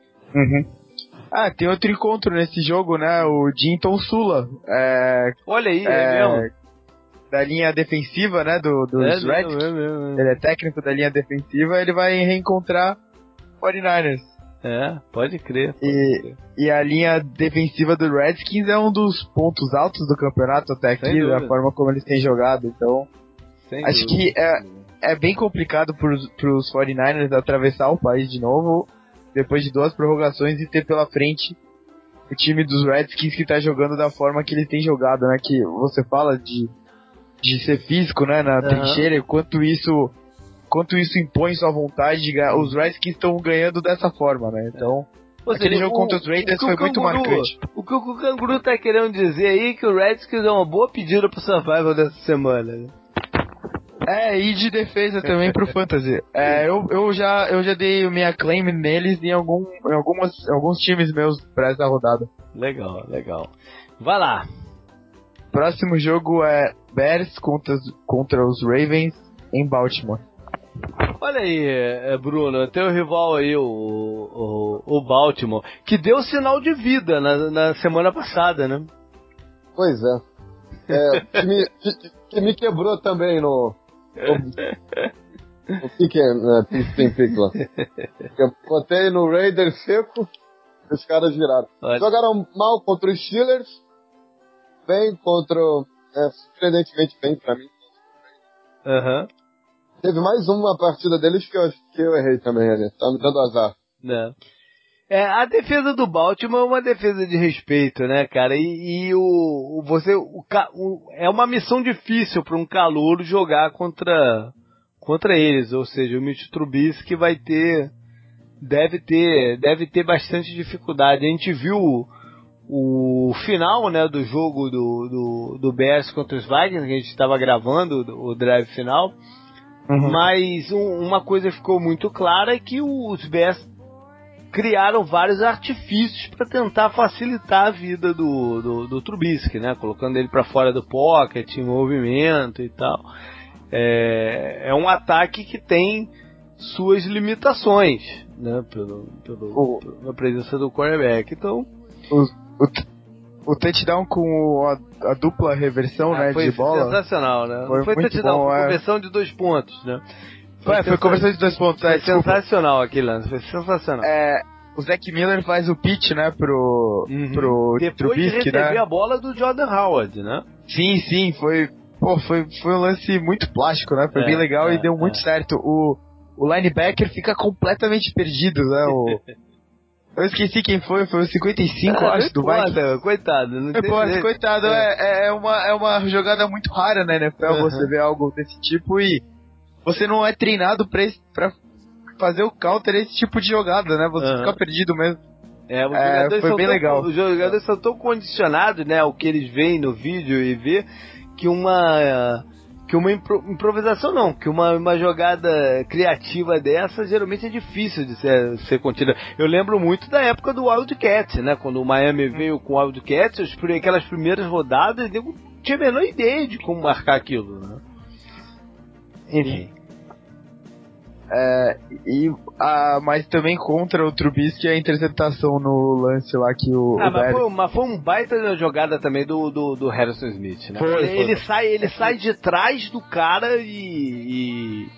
Tem outro encontro nesse jogo, né? O Jinton Sula. Olha aí, é mesmo? Da linha defensiva, né? Dos Redskins. Ele é técnico da linha defensiva, ele vai reencontrar 49ers. Pode crer. E a linha defensiva do Redskins é um dos pontos altos do campeonato até aqui, da forma como eles têm jogado. Então, acho que é bem complicado pros 49ers atravessar o país de novo, depois de 2 prorrogações, e ter pela frente o time dos Redskins que tá jogando da forma que eles têm jogado, né? Que você fala de ser físico, né? Na trincheira, e quanto isso impõe sua vontade de ganhar. Os Redskins estão ganhando dessa forma, né? Então, aquele jogo contra os Raiders foi muito marcante. O que o Canguru tá querendo dizer aí é que o Redskins é uma boa pedida pro Survival dessa semana, né? E de defesa também pro Fantasy. Eu já dei minha claim neles em alguns times meus pra essa rodada. Legal. Vai lá. Próximo jogo é Bears contra os Ravens em Baltimore. Olha aí, Bruno, teu rival aí, o Baltimore, que deu sinal de vida na semana passada, né? Pois é. Que me quebrou também no pick lá. Eu botei no Raiders seco, os caras viraram. Olha. Jogaram mal contra os Steelers, bem contra... surpreendentemente bem pra mim. Teve mais uma partida deles que eu errei também, né? Tá me dando azar. Não. A defesa do Baltimore é uma defesa de respeito, né, cara? É uma missão difícil para um calouro jogar contra eles, ou seja, o Mitch Trubisky deve ter bastante dificuldade. A gente viu o final, né, do jogo do Bears contra os Vikings, que a gente estava gravando o drive final. Mas uma coisa ficou muito clara, é que os Bears criaram vários artifícios para tentar facilitar a vida do Trubisky, né? Colocando ele para fora do pocket, em movimento e tal. É um ataque que tem suas limitações, né? Pela presença do quarterback. Então, o touchdown com a dupla reversão, né, de bola... Foi sensacional, né? Foi touchdown, foi conversão de 2 pontos, né? Foi conversão de 2 pontos. Foi sensacional aquele lance, foi sensacional. O Zach Miller faz o pitch, né, pro depois Trubisky, de receber, né? a bola do Jordan Howard, né? Sim, foi um lance muito plástico, né? Foi bem legal e deu muito certo. O linebacker fica completamente perdido, né? Eu esqueci quem foi o 55, acho, do Vikings. Coitado, não tem jeito. Coitado, é uma jogada muito rara na NFL, você ver algo desse tipo, e você não é treinado pra fazer o counter esse tipo de jogada, né? Você fica perdido mesmo. Foi bem legal. Os jogadores são tão condicionados, né, ao que eles veem no vídeo e vê que uma improvisação não, que uma jogada criativa dessa geralmente é difícil de ser contida. Eu lembro muito da época do Wildcat, né, quando o Miami veio com o Wildcat, aquelas primeiras rodadas, eu não tinha a menor ideia de como marcar aquilo, né? Enfim. Mas também contra o Trubisky a interceptação no lance lá que mas foi um baita na jogada também do Harrison Smith, né? Ele sai de trás do cara e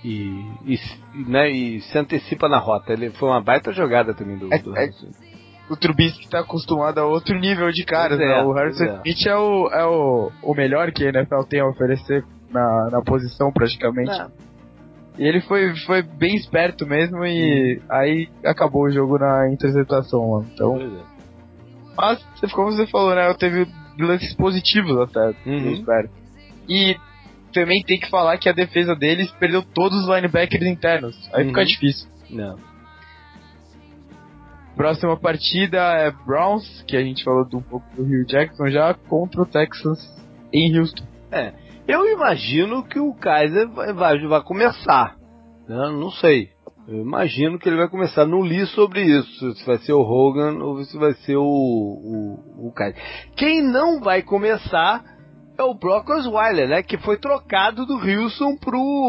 se antecipa na rota. Foi uma baita jogada também do Harrison. O Trubisky tá acostumado a outro nível de caras, né? O Harrison Smith é o melhor que a NFL tem a oferecer na posição praticamente. E ele foi bem esperto mesmo, e aí acabou o jogo na interceptação, mano. Então, mas, como você falou, né, teve lances positivos até, eu espero. E também tem que falar que a defesa deles perdeu todos os linebackers internos. Aí fica difícil. Não. Próxima partida é Browns, que a gente falou um pouco do Hugh Jackson já, contra o Texans em Houston. Eu imagino que o Kaiser vai começar, né? Não sei. Eu imagino que ele vai começar. Não li sobre isso, se vai ser o Hogan ou se vai ser o Kaiser. Quem não vai começar é o Brock Osweiler, né? Que foi trocado do Houston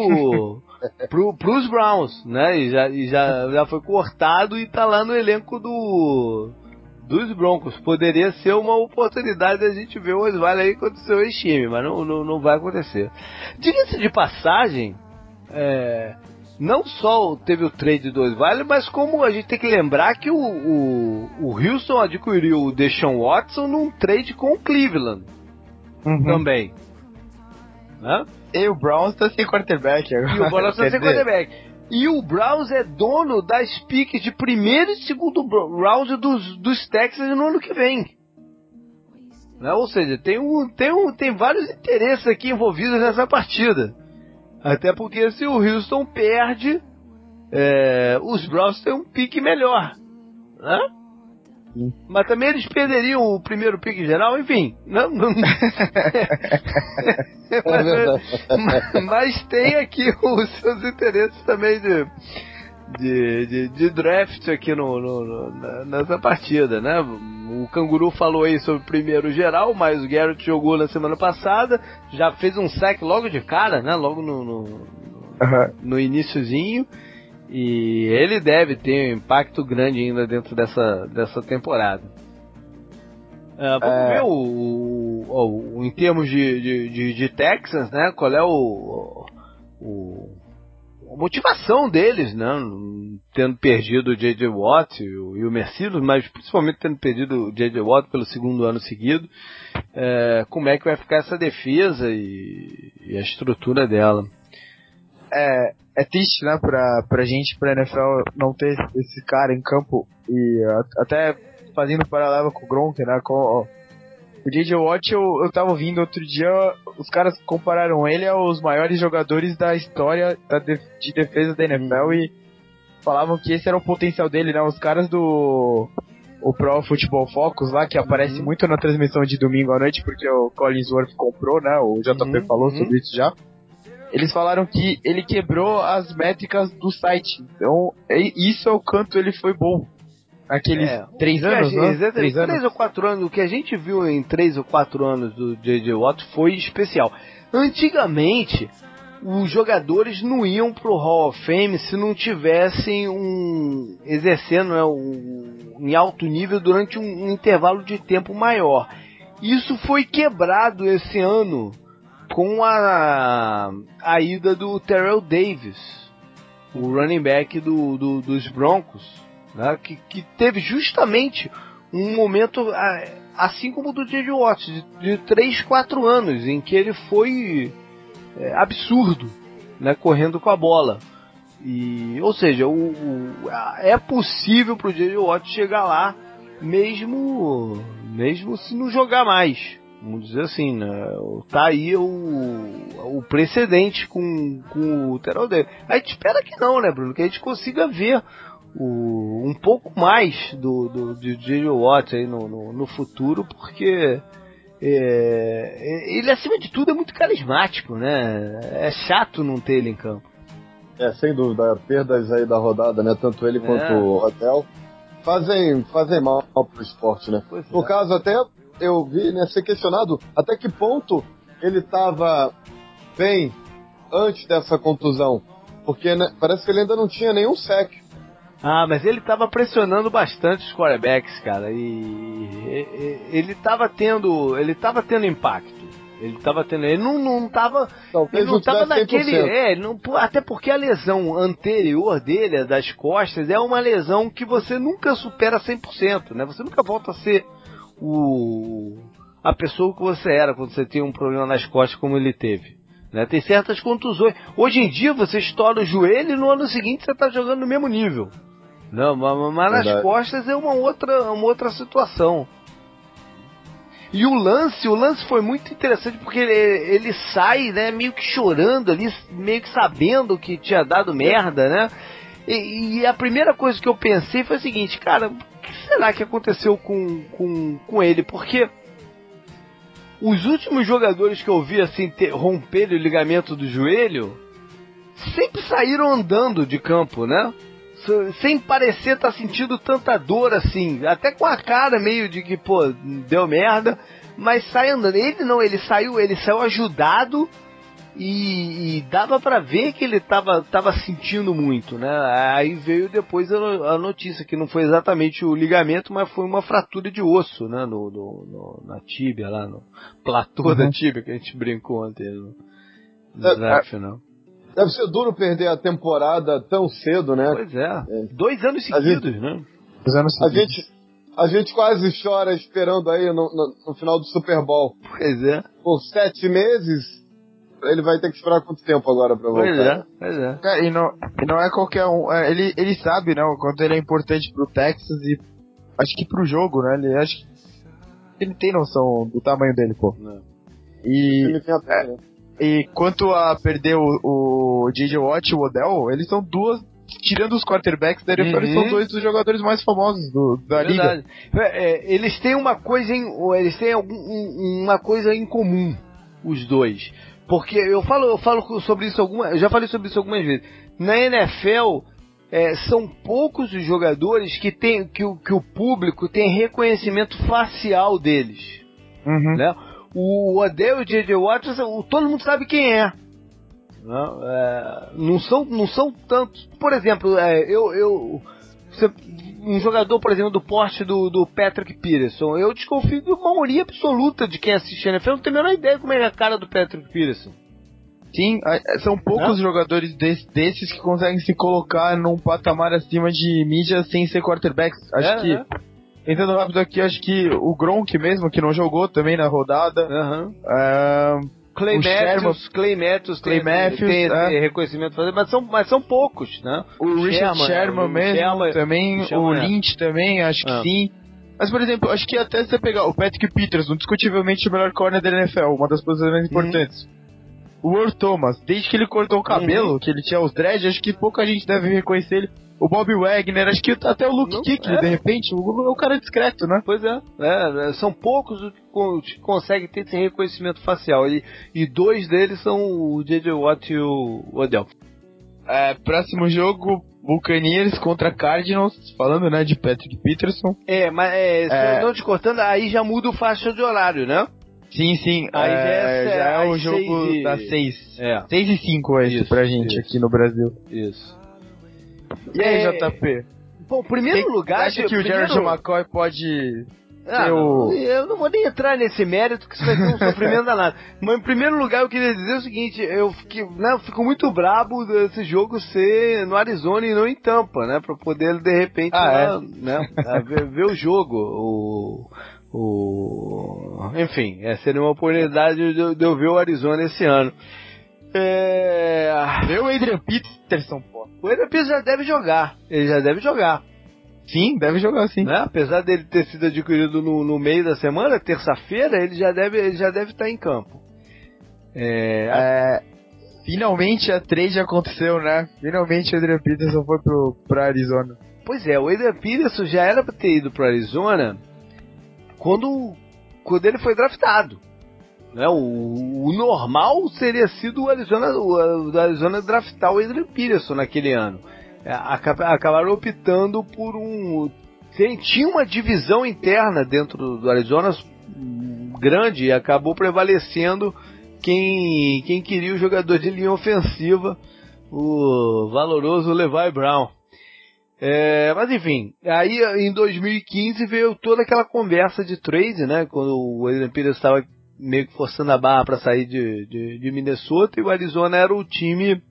pros Browns, né? E já foi cortado e tá lá no elenco dos Broncos. Poderia ser uma oportunidade da gente ver o Osweiler aí contra o seu ex-time, mas não vai acontecer. Diga-se de passagem, não só teve o trade do Osweiler, mas como a gente tem que lembrar que o Houston adquiriu o Deshaun Watson num trade com o Cleveland também. Né? E o Browns tá sem quarterback agora. E o Browns tá sem quarterback. E o Browns é dono das piques de primeiro e segundo round dos Texans no ano que vem. Né? Ou seja, tem vários interesses aqui envolvidos nessa partida. Até porque se o Houston perde, os Browns têm um pique melhor. Né? Mas também eles perderiam o primeiro pique geral, enfim. Mas tem aqui os seus interesses também de draft aqui nessa partida, né? O Canguru falou aí sobre o primeiro geral, mas o Garrett jogou na semana passada, já fez um sack logo de cara, né? Logo no iniciozinho. E ele deve ter um impacto grande ainda dentro dessa temporada. Vamos ver em termos de Texans, né? Qual é a motivação deles, né? Tendo perdido o J.J. Watt e o Mercilus, mas principalmente tendo perdido o J.J. Watt pelo segundo ano seguido. Como é que vai ficar essa defesa e a estrutura dela? É triste, né, pra gente, pra NFL, não ter esse cara em campo. E até fazendo paralelo com o Gronk, né, com o J.J. Watt, eu tava ouvindo outro dia, os caras compararam ele aos maiores jogadores da história de defesa da NFL e falavam que esse era o potencial dele, né, os caras o Pro Football Focus lá, que aparece muito na transmissão de domingo à noite, porque o Collinsworth comprou, né, o JP falou sobre isso já. Eles falaram que ele quebrou as métricas do site. Então, isso é o quanto ele foi bom. Naqueles 3 anos, né? 3 ou 4 anos. O que a gente viu em 3 ou 4 anos do J.J. Watt foi especial. Antigamente, os jogadores não iam pro Hall of Fame se não tivessem exercendo, né, em alto nível durante um intervalo de tempo maior. Isso foi quebrado esse ano com a ida do Terrell Davis, o running back dos Broncos, né, que teve justamente um momento, assim como o do J.J. Watt, de 3, 4 anos, em que ele foi absurdo, né, correndo com a bola. Ou seja, é possível para o J.J. Watt chegar lá, mesmo se não jogar mais. Vamos dizer assim, né? Tá aí o precedente com o Terrell Davis. A gente espera que não, né, Bruno? Que a gente consiga ver um pouco mais de J.J. Watt aí no futuro, porque ele, acima de tudo, é muito carismático, né? É chato não ter ele em campo. Sem dúvida. Perdas aí da rodada, né? Tanto ele quanto o Hotel fazem mal pro esporte, né? No caso, até eu vi, né, ser questionado até que ponto ele estava bem antes dessa contusão. Porque, né, parece que ele ainda não tinha nenhum sack. Mas ele estava pressionando bastante os quarterbacks, cara, e ele estava tendo impacto. Ele não estava naquele, até porque a lesão anterior dele, das costas, é uma lesão que você nunca supera 100%, né? Você nunca volta a ser a pessoa que você era quando você tem um problema nas costas como ele teve, né? Tem certas contusões. Hoje em dia você estoura o joelho e no ano seguinte você está jogando no mesmo nível. Não, mas nas costas é uma outra situação. E o lance foi muito interessante porque ele sai, né, meio que chorando ali, meio que sabendo que tinha dado merda, né? E a primeira coisa que eu pensei foi o seguinte, cara, o que será que aconteceu com ele? Porque os últimos jogadores que eu vi assim romper o ligamento do joelho sempre saíram andando de campo, né? Sem parecer estar sentindo tanta dor assim, até com a cara meio de que, pô, deu merda, mas sai andando. Ele não, ele saiu ajudado e dava pra ver que ele tava sentindo muito, né? Aí veio depois a notícia que não foi exatamente o ligamento, mas foi uma fratura de osso, né? Na tíbia lá, no platô da tíbia que a gente brincou ontem no draft final. Deve ser duro perder a temporada tão cedo, né? Pois é. 2 anos seguidos, né? 2 anos seguidos. A gente quase chora esperando aí no final do Super Bowl. Pois é. Por 7 meses, ele vai ter que esperar quanto tempo agora pra voltar? Pois é. Cara, e não é qualquer um. Ele sabe, né, o quanto ele é importante pro Texas e acho que pro jogo, né? Ele tem noção do tamanho dele, pô. Não. E quanto a perder o J.J. Watt e o Odell, eles são duas, tirando os quarterbacks da NFL, eles são 2 dos jogadores mais famosos da liga. Eles têm uma coisa uma coisa em comum, os dois. Porque eu falo sobre isso eu já falei sobre isso algumas vezes. Na NFL, são poucos os jogadores que o público tem reconhecimento facial deles. Uhum. Né? O Odell e o J.J. Watt, todo mundo sabe quem é. Não são tantos. Por exemplo, um jogador, por exemplo, do porte do Patrick Peterson, eu desconfio de uma maioria absoluta de quem assiste a NFL, não tem a menor ideia como é a cara do Patrick Peterson. Sim, são poucos jogadores desses que conseguem se colocar num patamar acima de mídia sem ser quarterbacks. Acho que, entrando rápido aqui, acho que o Gronk mesmo, que não jogou também na rodada. Clay Matthews tem esse reconhecimento, mas são poucos, né? O Richard Sherman mesmo, também, o Lynch também, acho que sim. Mas, por exemplo, acho que até você pegar o Patrick Peterson, indiscutivelmente o melhor corner da NFL, uma das posições mais importantes. O Earl Thomas, desde que ele cortou o cabelo, que ele tinha os dreads, acho que pouca gente deve reconhecer ele. O Bob Wagner, acho que até o Luke Kuechly, de repente, o cara é discreto, né? Pois é. São poucos os que conseguem ter esse reconhecimento facial. E 2 deles são o J.J. Watt e o Odell. Próximo jogo, Buccaneers contra Cardinals, falando, né, de Patrick Peterson. Não te cortando, aí já muda o faixa de horário, né? Sim. Aí já é o jogo das 6. 6 e 5 esse pra gente aqui no Brasil. Isso. E aí, JP? Bom, primeiro lugar... Acha que o Jared McCoy pode... Eu não vou nem entrar nesse mérito, que isso vai ser um sofrimento danado. Mas em primeiro lugar eu queria dizer o seguinte, eu fico muito brabo desse jogo ser no Arizona e não em Tampa, né? Pra poder, de repente, ver o jogo. Enfim, seria uma oportunidade de eu ver o Arizona esse ano. Ver o Adrian Peterson, pô. O Adrian Peterson já deve jogar. Ele já deve jogar. Sim, deve jogar, sim. Né? Apesar dele ter sido adquirido no meio da semana, terça-feira, ele já deve estar em campo. Finalmente a trade aconteceu, né? Finalmente o Adrian Peterson foi pro Arizona. Pois é, o Adrian Peterson já era pra ter ido pro Arizona quando ele foi draftado. Né? O normal seria sido o Arizona draftar o Adrian Peterson naquele ano. Acabaram optando por tinha uma divisão interna dentro do Arizona grande e acabou prevalecendo quem queria o jogador de linha ofensiva, o valoroso Levi Brown. Mas enfim, aí em 2015 veio toda aquela conversa de trade, né? Quando o Adrian Peterson estava meio que forçando a barra para sair de Minnesota, e o Arizona era o time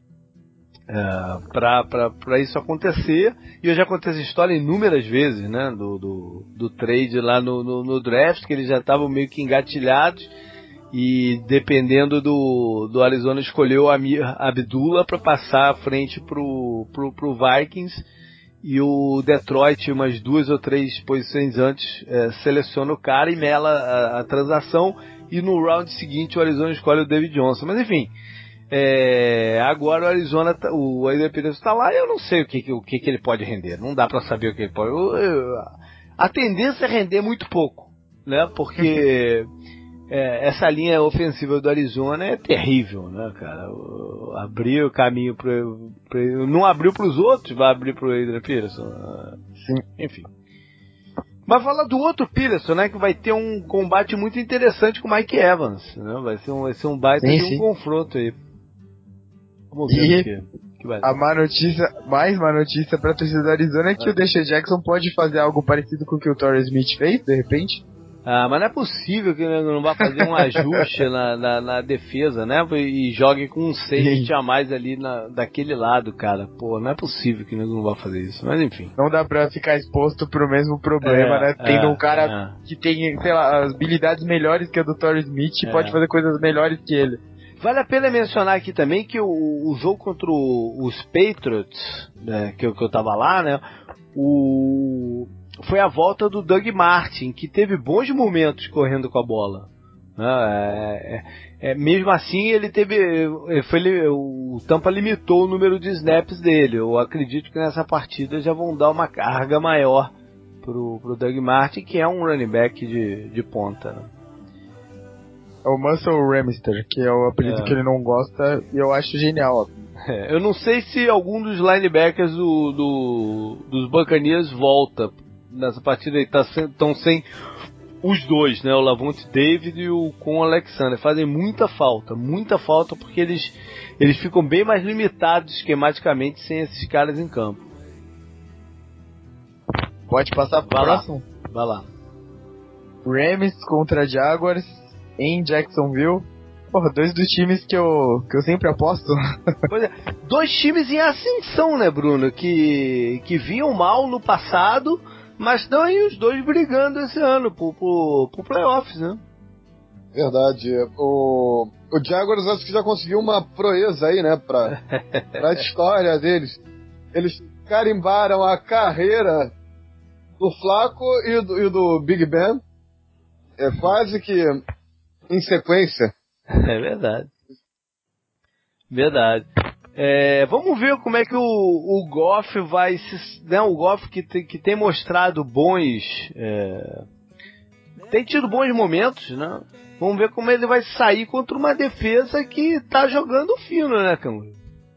para isso acontecer. E eu já contei essa história inúmeras vezes, né? Do trade lá no draft, que eles já estavam meio que engatilhados, e dependendo do Arizona escolheu o Amir Abdullah para passar à frente pro Vikings, e o Detroit, umas 2 ou 3 posições antes, seleciona o cara e mela a transação, e no round seguinte o Arizona escolhe o David Johnson. Mas enfim, agora o Arizona, o Adrian Peterson está lá, e eu não sei o que ele pode render, não dá para saber o que ele pode. A tendência é render muito pouco, né? Porque essa linha ofensiva do Arizona é terrível, né, cara? Abrir o caminho não abriu para os outros, vai abrir para o Adrian Peterson. Sim. Enfim. Mas fala do outro Peterson, né, que vai ter um combate muito interessante com o Mike Evans, né? Vai ser um baita de um confronto aí. Vamos ver o que vai ser. Mais uma notícia pra torcida do Arizona é que o Deshaun Jackson pode fazer algo parecido com o que o Torrey Smith fez, de repente. Mas não é possível que não vá fazer um ajuste na defesa, né? E jogue com um safety a mais ali daquele lado, cara. Pô, não é possível que não vá fazer isso. Mas enfim. Não dá pra ficar exposto pro mesmo problema, né? Tendo um cara que tem, sei lá, as habilidades melhores que a do Torrey Smith e pode fazer coisas melhores que ele. Vale a pena mencionar aqui também que o jogo contra os Patriots, né, que eu tava lá, né? Foi a volta do Doug Martin, que teve bons momentos correndo com a bola. Mesmo assim, o Tampa limitou o número de snaps dele. Eu acredito que nessa partida já vão dar uma carga maior pro Doug Martin, que é um running back de ponta. Né? É o Muscle Ramster, que é o apelido que ele não gosta, e eu acho genial. Eu não sei se algum dos linebackers dos Buccaneers volta nessa partida. Estão sem os dois, né? O Lavonte David e o Con Alexander. Fazem muita falta porque eles ficam bem mais limitados esquematicamente sem esses caras em campo. Pode passar pro próximo? Vai lá. Rams contra Jaguars em Jacksonville. Porra, 2 dos times que eu sempre aposto. Pois é, 2 times em ascensão, né, Bruno? Que vinham mal no passado, mas estão aí os 2 brigando esse ano pro playoffs, né? Verdade. O Jaguars acho que já conseguiu uma proeza aí, né, pra história deles. Eles carimbaram a carreira do Flaco e do Big Ben. É quase que em sequência. É verdade. Verdade. Vamos ver como é que o Goff vai se... Né, o Goff que tem mostrado bons... tem tido bons momentos, né? Vamos ver como ele vai sair contra uma defesa que tá jogando fino, né, Camilo?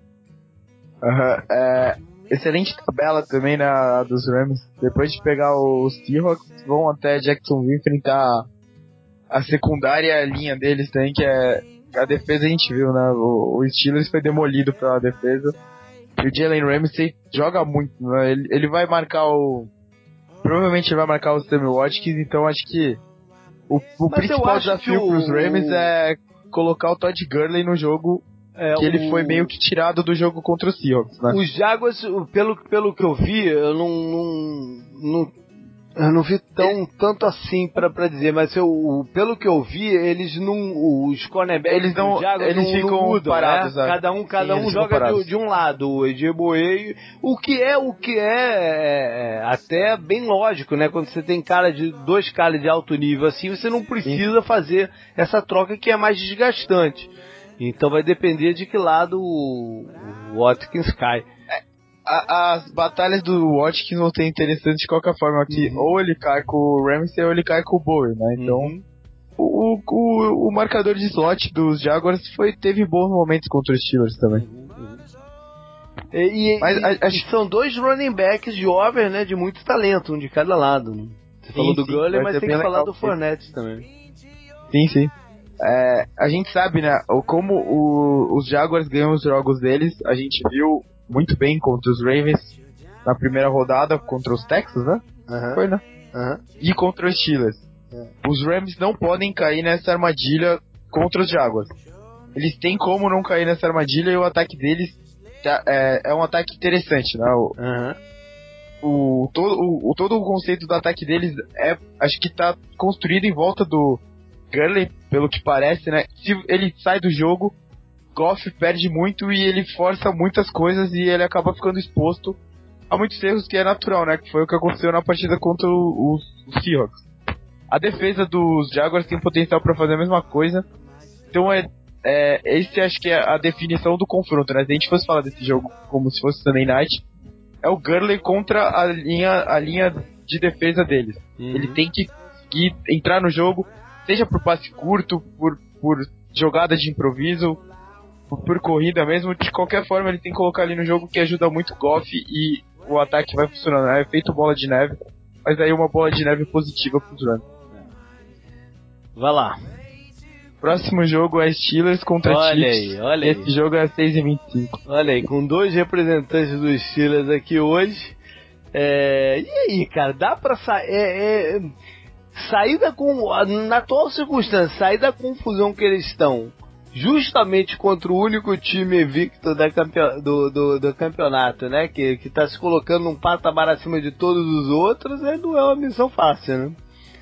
Excelente tabela também dos Rams. Depois de pegar os Seahawks, vão até Jacksonville enfrentar a secundária linha deles também, que é a defesa. A gente viu, né? O Steelers foi demolido pela defesa. E o Jalen Ramsey joga muito, né? Ele vai marcar provavelmente ele vai marcar o Sammy Watkins, então acho que o principal desafio pros Rams é colocar o Todd Gurley no jogo, que ele foi meio que tirado do jogo contra o Seahawks, né? Os Jaguars, pelo que eu vi, eu não vi tanto assim pra dizer, mas pelo que eu vi, os cornerbacks dos Jaguars eles ficam não mudam, parados, né? Cada um joga de um lado, o Ejeboe, o que é até bem lógico, né? Quando você tem 2 caras de alto nível assim, você não precisa fazer essa troca que é mais desgastante. Então vai depender de que lado o Watkins cai. As batalhas do Watkins vão ser interessantes de qualquer forma, que ou ele cai com o Ramsey ou ele cai com o Bowie, né? Então, o marcador de slot dos Jaguars teve bons momentos contra os Steelers também. Mas são 2 running backs jovens, né? De muito talento, um de cada lado. Né? Você falou do Gurley, mas tem que falar do Fournette também. Sim. A gente sabe, né? Como os Jaguars ganham os jogos deles, a gente viu muito bem contra os Ravens na primeira rodada, contra os Texans, né? Foi, né? E contra os Steelers. Os Rams não podem cair nessa armadilha contra os Jaguars. Eles têm como não cair nessa armadilha, e o ataque deles é um ataque interessante, né? Todo o conceito do ataque deles acho que tá construído em volta do Gurley, pelo que parece, né? Se ele sai do jogo, Goff perde muito e ele força muitas coisas e ele acaba ficando exposto a muitos erros, que é natural, né? Que foi o que aconteceu na partida contra os Seahawks. A defesa dos Jaguars tem potencial para fazer a mesma coisa. Então esse acho que é a definição do confronto, né? Se a gente fosse falar desse jogo como se fosse Sunday Night, é o Gurley contra a linha de defesa deles. Ele tem que conseguir entrar no jogo, seja por passe curto, por jogada de improviso, por corrida mesmo. De qualquer forma, ele tem que colocar ali no jogo, que ajuda muito o Goff, e o ataque vai funcionando. É feito bola de neve, mas aí uma bola de neve positiva pro Rams. Vai lá. Próximo jogo é Steelers contra Chiefs. Olha aí. Esse jogo é 6h25. Olha aí, com 2 representantes dos Steelers aqui hoje. E aí, cara, dá pra sair... na atual circunstância, sair da confusão que eles estão, justamente contra o único time invicto do campeonato, né? Que tá se colocando num patamar acima de todos os outros, não é uma missão fácil, né?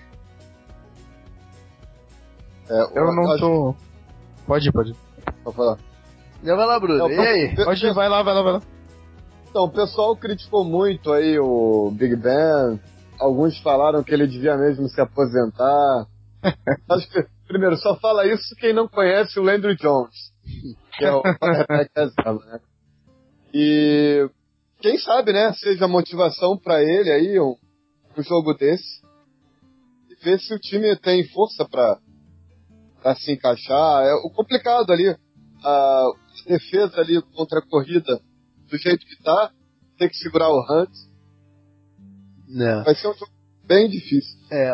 Eu não tô... Pode. Pode falar. Já vai lá, Bruno. E aí? Pode ir, vai lá. Então, o pessoal criticou muito aí o Big Ben. Alguns falaram que ele devia mesmo se aposentar. Acho que, primeiro, só fala isso quem não conhece o Landry Jones, que é o quarterback reserva, né? E quem sabe, né, seja motivação pra ele aí, um jogo desse. E ver se o time tem força pra se encaixar. É o complicado ali, a defesa ali contra a corrida, do jeito que tá, tem que segurar o Hunt. Vai ser um jogo bem difícil.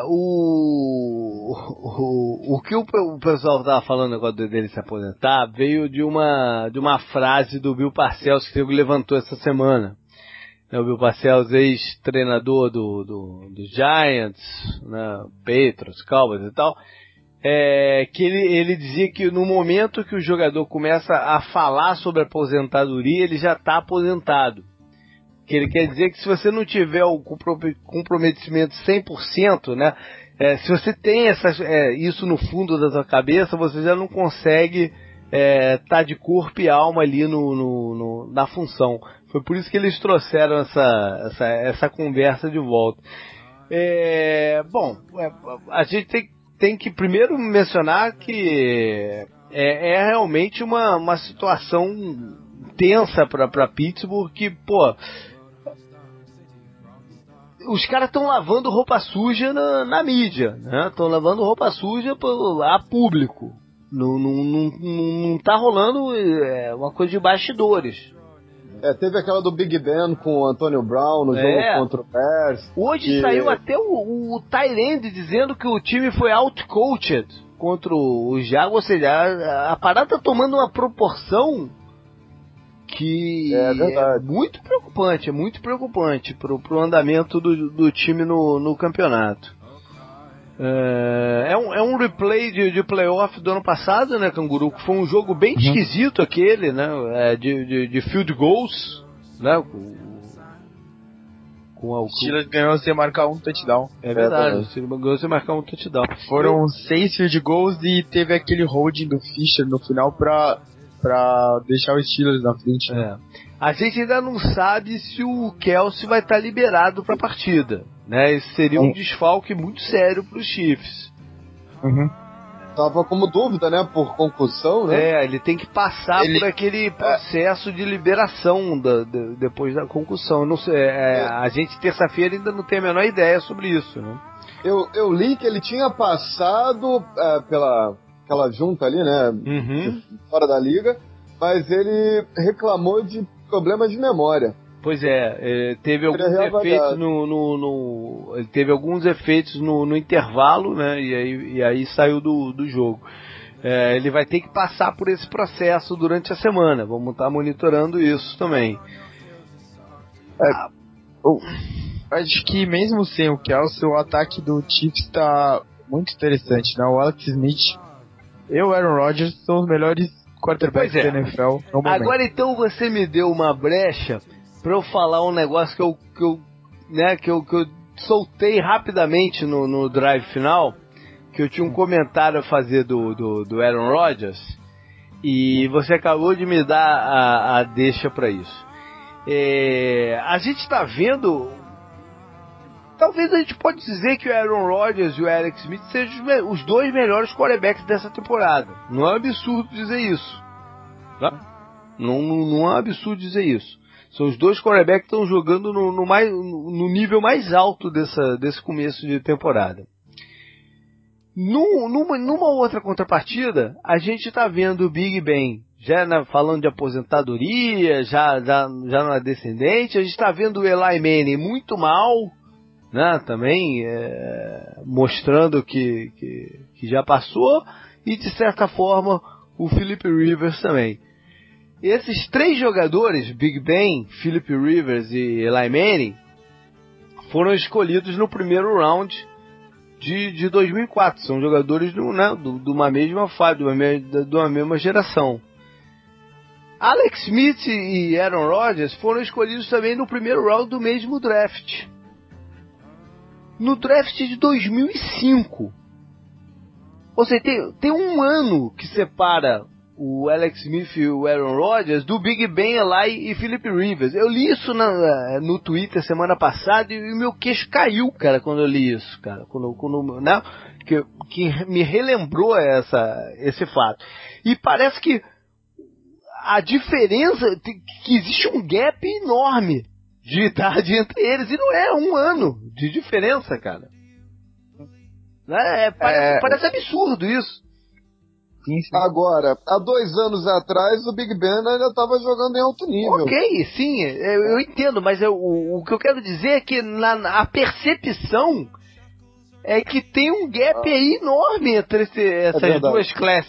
O que o pessoal tava falando negócio dele se aposentar veio de uma frase do Bill Parcells que ele levantou essa semana. O Bill Parcells, ex-treinador do Giants, né, Patriots, Cowboys e tal, que ele dizia que no momento que o jogador começa a falar sobre aposentadoria, ele já está aposentado. Que ele quer dizer que se você não tiver o comprometimento 100%, né, se você tem isso no fundo da sua cabeça, você já não consegue tá de corpo e alma ali na função. Foi por isso que eles trouxeram essa conversa de volta. A gente tem que primeiro mencionar que é realmente uma situação tensa para Pittsburgh, que, os caras estão lavando roupa suja na mídia, né? Estão lavando roupa suja a público. Não tá rolando uma coisa de bastidores. Teve aquela do Big Ben com o Antonio Brown no jogo contra o Bears. Hoje saiu até o Tyrande dizendo que o time foi out-coached contra o Jaguars, ou seja, a parada tá tomando uma proporção que é muito preocupante pro andamento do time no campeonato. É um replay de playoff do ano passado, né, Canguru? Que foi um jogo bem esquisito aquele, né? De field goals, né? O Steelers ganhou sem marcar um touchdown. É verdade, o Steelers ganhou sem marcar um touchdown. Foram 6 field goals e teve aquele holding do Fisher no final pra deixar os Steelers na frente, né? A gente ainda não sabe se o Kelce vai estar liberado para a partida, né? Esse seria um desfalque muito sério para os Chiefs. Tava como dúvida, né? Por concussão, né? Ele tem que passar por aquele processo de liberação depois da concussão. Não sei, a gente terça-feira ainda não tem a menor ideia sobre isso, né? Eu li que ele tinha passado pela aquela junta ali, né? Fora da liga, mas ele reclamou de problemas de memória. Pois teve alguns efeitos ele teve alguns efeitos no intervalo, né? E aí saiu do jogo. Ele vai ter que passar por esse processo durante a semana. Vamos estar monitorando isso também. Acho que mesmo sem o Kelce, o ataque do Chiefs está muito interessante, né? O Alex Smith e o Aaron Rodgers são os melhores quarterbacks da NFL no momento. Agora então você me deu uma brecha pra eu falar um negócio que eu soltei rapidamente no drive final, que eu tinha um comentário a fazer do Aaron Rodgers, e você acabou de me dar a deixa pra isso. A gente tá vendo, talvez a gente pode dizer que o Aaron Rodgers e o Alex Smith sejam os dois melhores quarterbacks dessa temporada. Não é um absurdo dizer isso, tá? Não é um absurdo dizer isso. São os dois quarterbacks que estão jogando no nível mais alto desse começo de temporada. Numa outra contrapartida, a gente está vendo o Big Ben já falando de aposentadoria, já na descendente. A gente está vendo o Eli Manning muito mal, né, também mostrando que já passou, e de certa forma o Philip Rivers também. Esses três jogadores, Big Ben, Philip Rivers e Eli Manning, foram escolhidos no primeiro round de 2004. São jogadores de uma mesma fase, de uma mesma geração. Alex Smith e Aaron Rodgers foram escolhidos também no primeiro round do mesmo draft. No draft de 2005. Ou seja, tem um ano que separa o Alex Smith e o Aaron Rodgers do Big Ben, Eli e Philip Rivers. Eu li isso no Twitter semana passada e o meu queixo caiu, cara, quando eu li isso, cara. Né? Que me relembrou esse fato. E parece que a diferença, que existe um gap enorme de idade entre eles, e não é um ano de diferença, cara. Parece absurdo isso. Sim. Agora, há 2 anos atrás, o Big Ben ainda estava jogando em alto nível. Ok, sim, eu entendo, mas o que eu quero dizer é que a percepção é que tem um gap aí enorme entre essas duas classes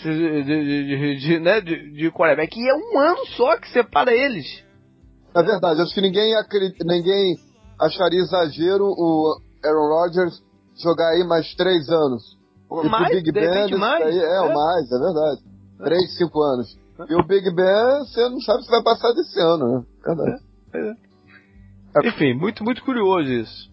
de quarterback, e é um ano só que separa eles. É verdade, acho que ninguém acharia exagero o Aaron Rodgers jogar aí mais 3 anos. E mais, pro Big Ben, mais. Mais, é verdade. 3, 5 anos. E o Big Ben, você não sabe se vai passar desse ano, né? Verdade. Enfim, muito, muito curioso isso.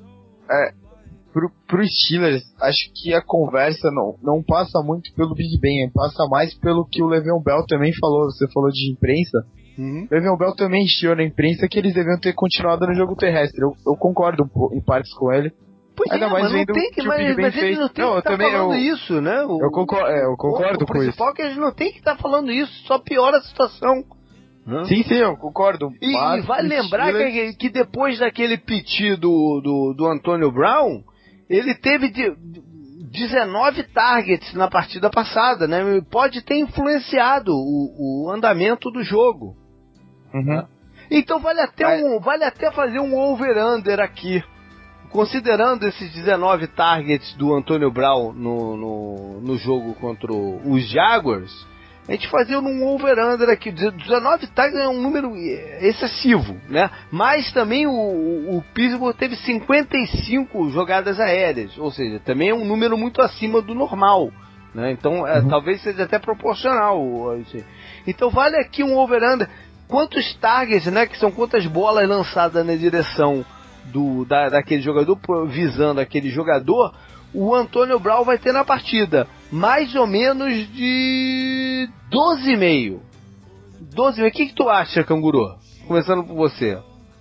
Pro Steelers, acho que a conversa não passa muito pelo Big Ben, passa mais pelo que o Le'Veon Bell também falou. Você falou de imprensa. Le'Veon Bell também encheu na imprensa que eles deviam ter continuado no jogo terrestre. Eu concordo em partes com ele. Pois ainda mais vendo que o Big Ben fez. Não tem que estar falando isso, né? Eu concordo com isso. O principal é que eles não tem que estar falando isso, só piora a situação. Sim, eu concordo. E vale lembrar que depois daquele piti do Antonio Brown, ele teve 19 targets na partida passada, né? Pode ter influenciado o andamento do jogo. Então vale até fazer um over-under aqui. Considerando esses 19 targets do Antonio Brown no jogo contra os Jaguars, a gente fazia um over-under aqui. 19 targets é um número excessivo, né? Mas também o Pittsburgh teve 55 jogadas aéreas, ou seja, também é um número muito acima do normal, né? Então talvez seja até proporcional. Então vale aqui um over-under. Quantos targets, né? Que são quantas bolas lançadas na direção daquele jogador, visando aquele jogador, o Antonio Brown vai ter na partida mais ou menos de 12,5. 12,5. O que tu acha, Canguru? Começando por você.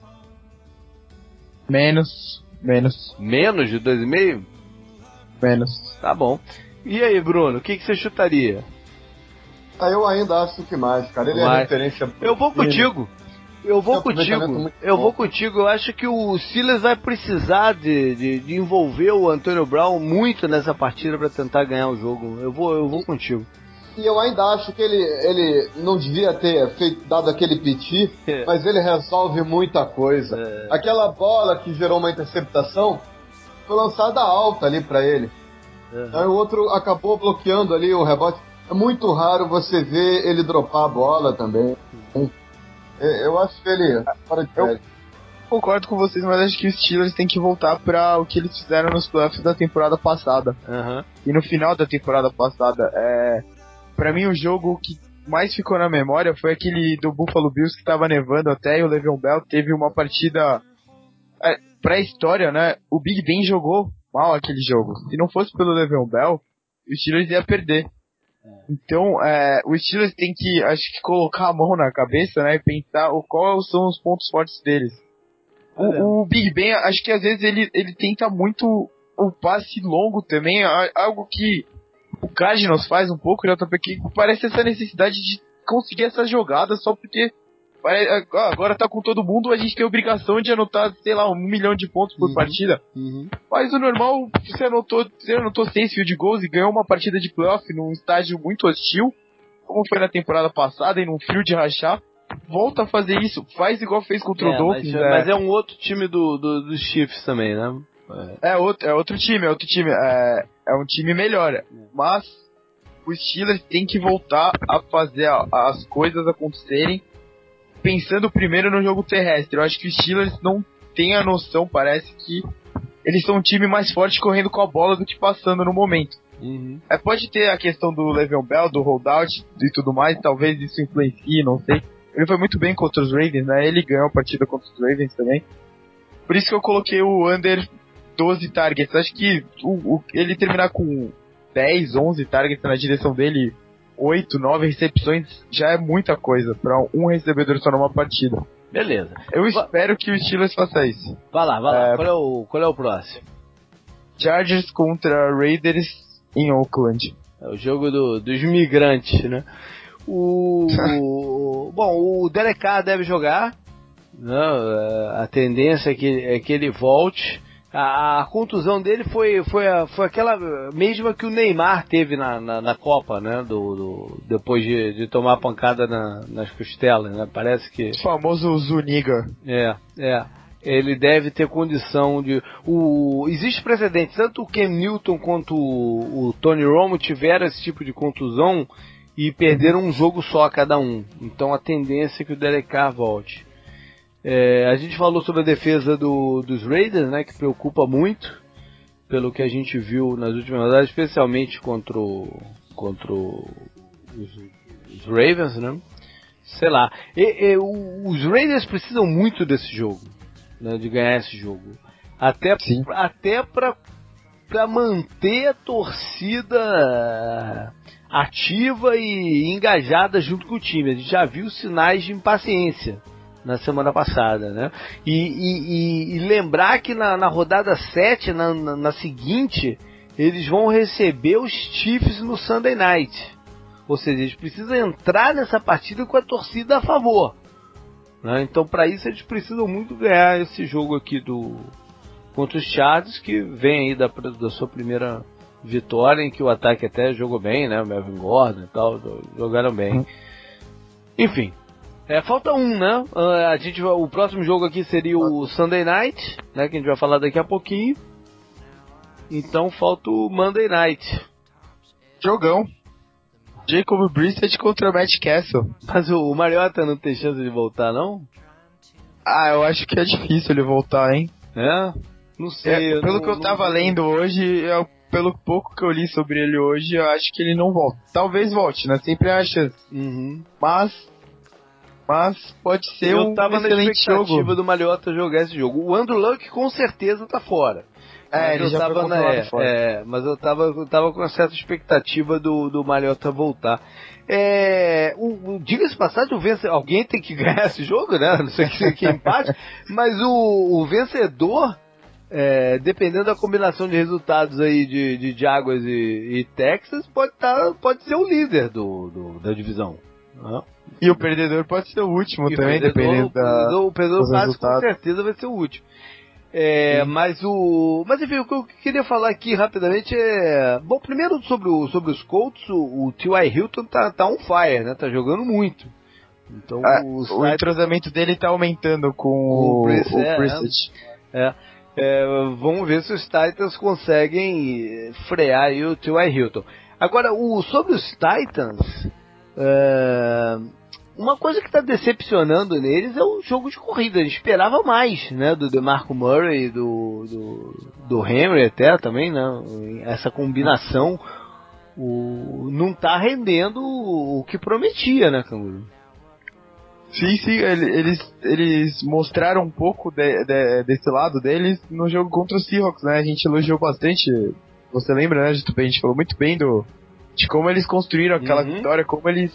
Menos. Menos de 2,5? Menos. Tá bom. E aí, Bruno, o que você chutaria? Eu ainda acho que mais, cara. Ele é referência. Eu vou contigo. Eu vou contigo. Eu acho que o Steelers vai precisar de envolver o Antonio Brown muito nessa partida para tentar ganhar o jogo. Eu vou contigo. E eu ainda acho que ele não devia ter dado aquele piti, mas ele resolve muita coisa. Aquela bola que gerou uma interceptação foi lançada alta ali para ele. Aí o outro acabou bloqueando ali o rebote. É muito raro você ver ele dropar a bola também. Eu acho que ele fora de série. Concordo com vocês, mas acho que os Steelers têm que voltar para o que eles fizeram nos playoffs da temporada passada. E no final da temporada passada, para mim o jogo que mais ficou na memória foi aquele do Buffalo Bills que tava nevando até, e o Le'Veon Bell teve uma partida pra história, né? O Big Ben jogou mal aquele jogo. Se não fosse pelo Le'Veon Bell, os Steelers ia perder. Então, os Steelers tem que, acho que, colocar a mão na cabeça, né, e pensar quais são os pontos fortes deles. O Big Ben, acho que às vezes ele tenta muito o passe longo também, algo que o Cardinals faz um pouco, JP, que parece essa necessidade de conseguir essas jogadas só porque agora tá com todo mundo, a gente tem a obrigação de anotar, sei lá, 1 milhão de pontos por partida. Mas o normal, você anotou 6 field goals e ganhou uma partida de playoff num estádio muito hostil, como foi na temporada passada, e num frio de rachar. Volta a fazer isso, faz igual fez contra o Dolphins. Mas é um outro time dos Chiefs também, né? É outro time. É um time melhor. Mas os Steelers têm que voltar a fazer as coisas acontecerem, pensando primeiro no jogo terrestre. Eu acho que os Steelers não têm a noção, parece que eles são um time mais forte correndo com a bola do que passando no momento. Pode ter a questão do Le'Veon Bell, do holdout e tudo mais, talvez isso influencie, não sei. Ele foi muito bem contra os Ravens, né? Ele ganhou a partida contra os Ravens também. Por isso que eu coloquei o under 12 targets. Acho que ele terminar com 10, 11 targets na direção dele, 8, 9 recepções, já é muita coisa para um recebedor só numa partida. Beleza. Eu espero que o Steelers faça isso. Vai lá. Qual é o próximo? Chargers contra Raiders em Oakland. É o jogo dos migrantes, né? Bom, o Derek Carr deve jogar. Não, a tendência é que ele volte. A contusão dele foi aquela mesma que o Neymar teve na Copa, né? Depois de tomar a pancada nas costelas, né? Parece que... O famoso Zuniga. Ele deve ter condição de... Existe precedente, tanto o Cam Newton quanto o Tony Romo tiveram esse tipo de contusão e perderam um jogo só cada um. Então a tendência é que o Derek Carr volte. A gente falou sobre a defesa dos Raiders, né, que preocupa muito, pelo que a gente viu nas últimas rodadas, especialmente contra os Ravens, né? Sei lá. Os Raiders precisam muito desse jogo, né, de ganhar esse jogo. Até para manter a torcida ativa e engajada junto com o time. A gente já viu sinais de impaciência na semana passada, né? E lembrar que na rodada 7, na seguinte, eles vão receber os Chiefs no Sunday Night. Ou seja, eles precisam entrar nessa partida com a torcida a favor, né? Então, para isso, eles precisam muito ganhar esse jogo aqui contra os Chargers, que vem aí da sua primeira vitória, em que o ataque até jogou bem, né? O Melvin Gordon e tal, jogaram bem. Enfim. Falta né? O próximo jogo aqui seria o Sunday Night, né? Que a gente vai falar daqui a pouquinho. Então falta o Monday Night. Jogão. Jacob Brissett contra o Matt Castle. Mas o Mariota não tem chance de voltar, não? Eu acho que é difícil ele voltar, hein? Não sei. Pelo que eu tava lendo hoje, pelo pouco que eu li sobre ele hoje, eu acho que ele não volta. Talvez volte, né? Sempre há chance. Mas pode ser um excelente jogo. Eu tava na expectativa do Mariota jogar esse jogo. O Andrew Luck com certeza tá fora. Ele já tava fora. Mas eu tava com uma certa expectativa do Mariota voltar. Diga-se passagem, alguém tem que ganhar esse jogo, né? Não sei que empate. Mas o vencedor, dependendo da combinação de resultados aí de Jaguars e Texas, pode ser o líder da divisão. E o perdedor pode ser o último também, dependendo o perdedor fácil com certeza vai ser o último. Mas enfim, o que eu queria falar aqui rapidamente bom, primeiro sobre os Colts, o T.Y. Hilton tá on fire, né? Tá jogando muito. Então o entrosamento dele tá aumentando com o Brissett. Vamos ver se os Titans conseguem frear aí o T.Y. Hilton. Agora, sobre os Titans, uma coisa que está decepcionando neles é o jogo de corrida. A gente esperava mais, né, do DeMarco Murray e do Henry até também, né? Essa combinação não está rendendo o que prometia, né, Canguru? Sim, eles mostraram um pouco desse lado deles no jogo contra o Seahawks, né? A gente elogiou bastante. Você lembra, né, a gente falou muito bem de como eles construíram aquela vitória, como eles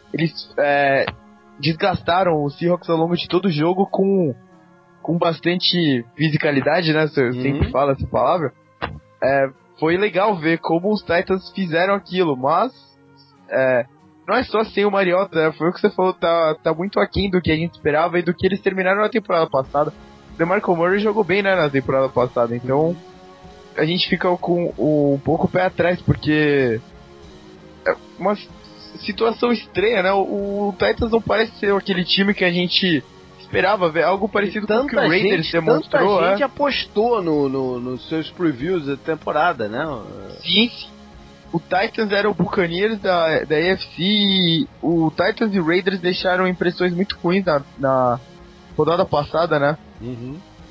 desgastaram o Seahawks ao longo de todo o jogo com bastante fisicalidade, né? Eu sempre falo essa palavra. Foi legal ver como os Titans fizeram aquilo, mas não é só sem o Mariota, foi o que você falou, tá muito aquém do que a gente esperava e do que eles terminaram na temporada passada. O DeMarco Murray jogou bem, né, na temporada passada, então a gente fica com um pouco o pé atrás, porque é uma situação estranha, né? O Titans não parece ser aquele time que a gente esperava ver, algo parecido com o que o Raiders demonstrou. Tanta gente apostou nos seus previews da temporada, né? Sim. O Titans era o Buccaneers da AFC e o Titans e Raiders deixaram impressões muito ruins na rodada passada, né?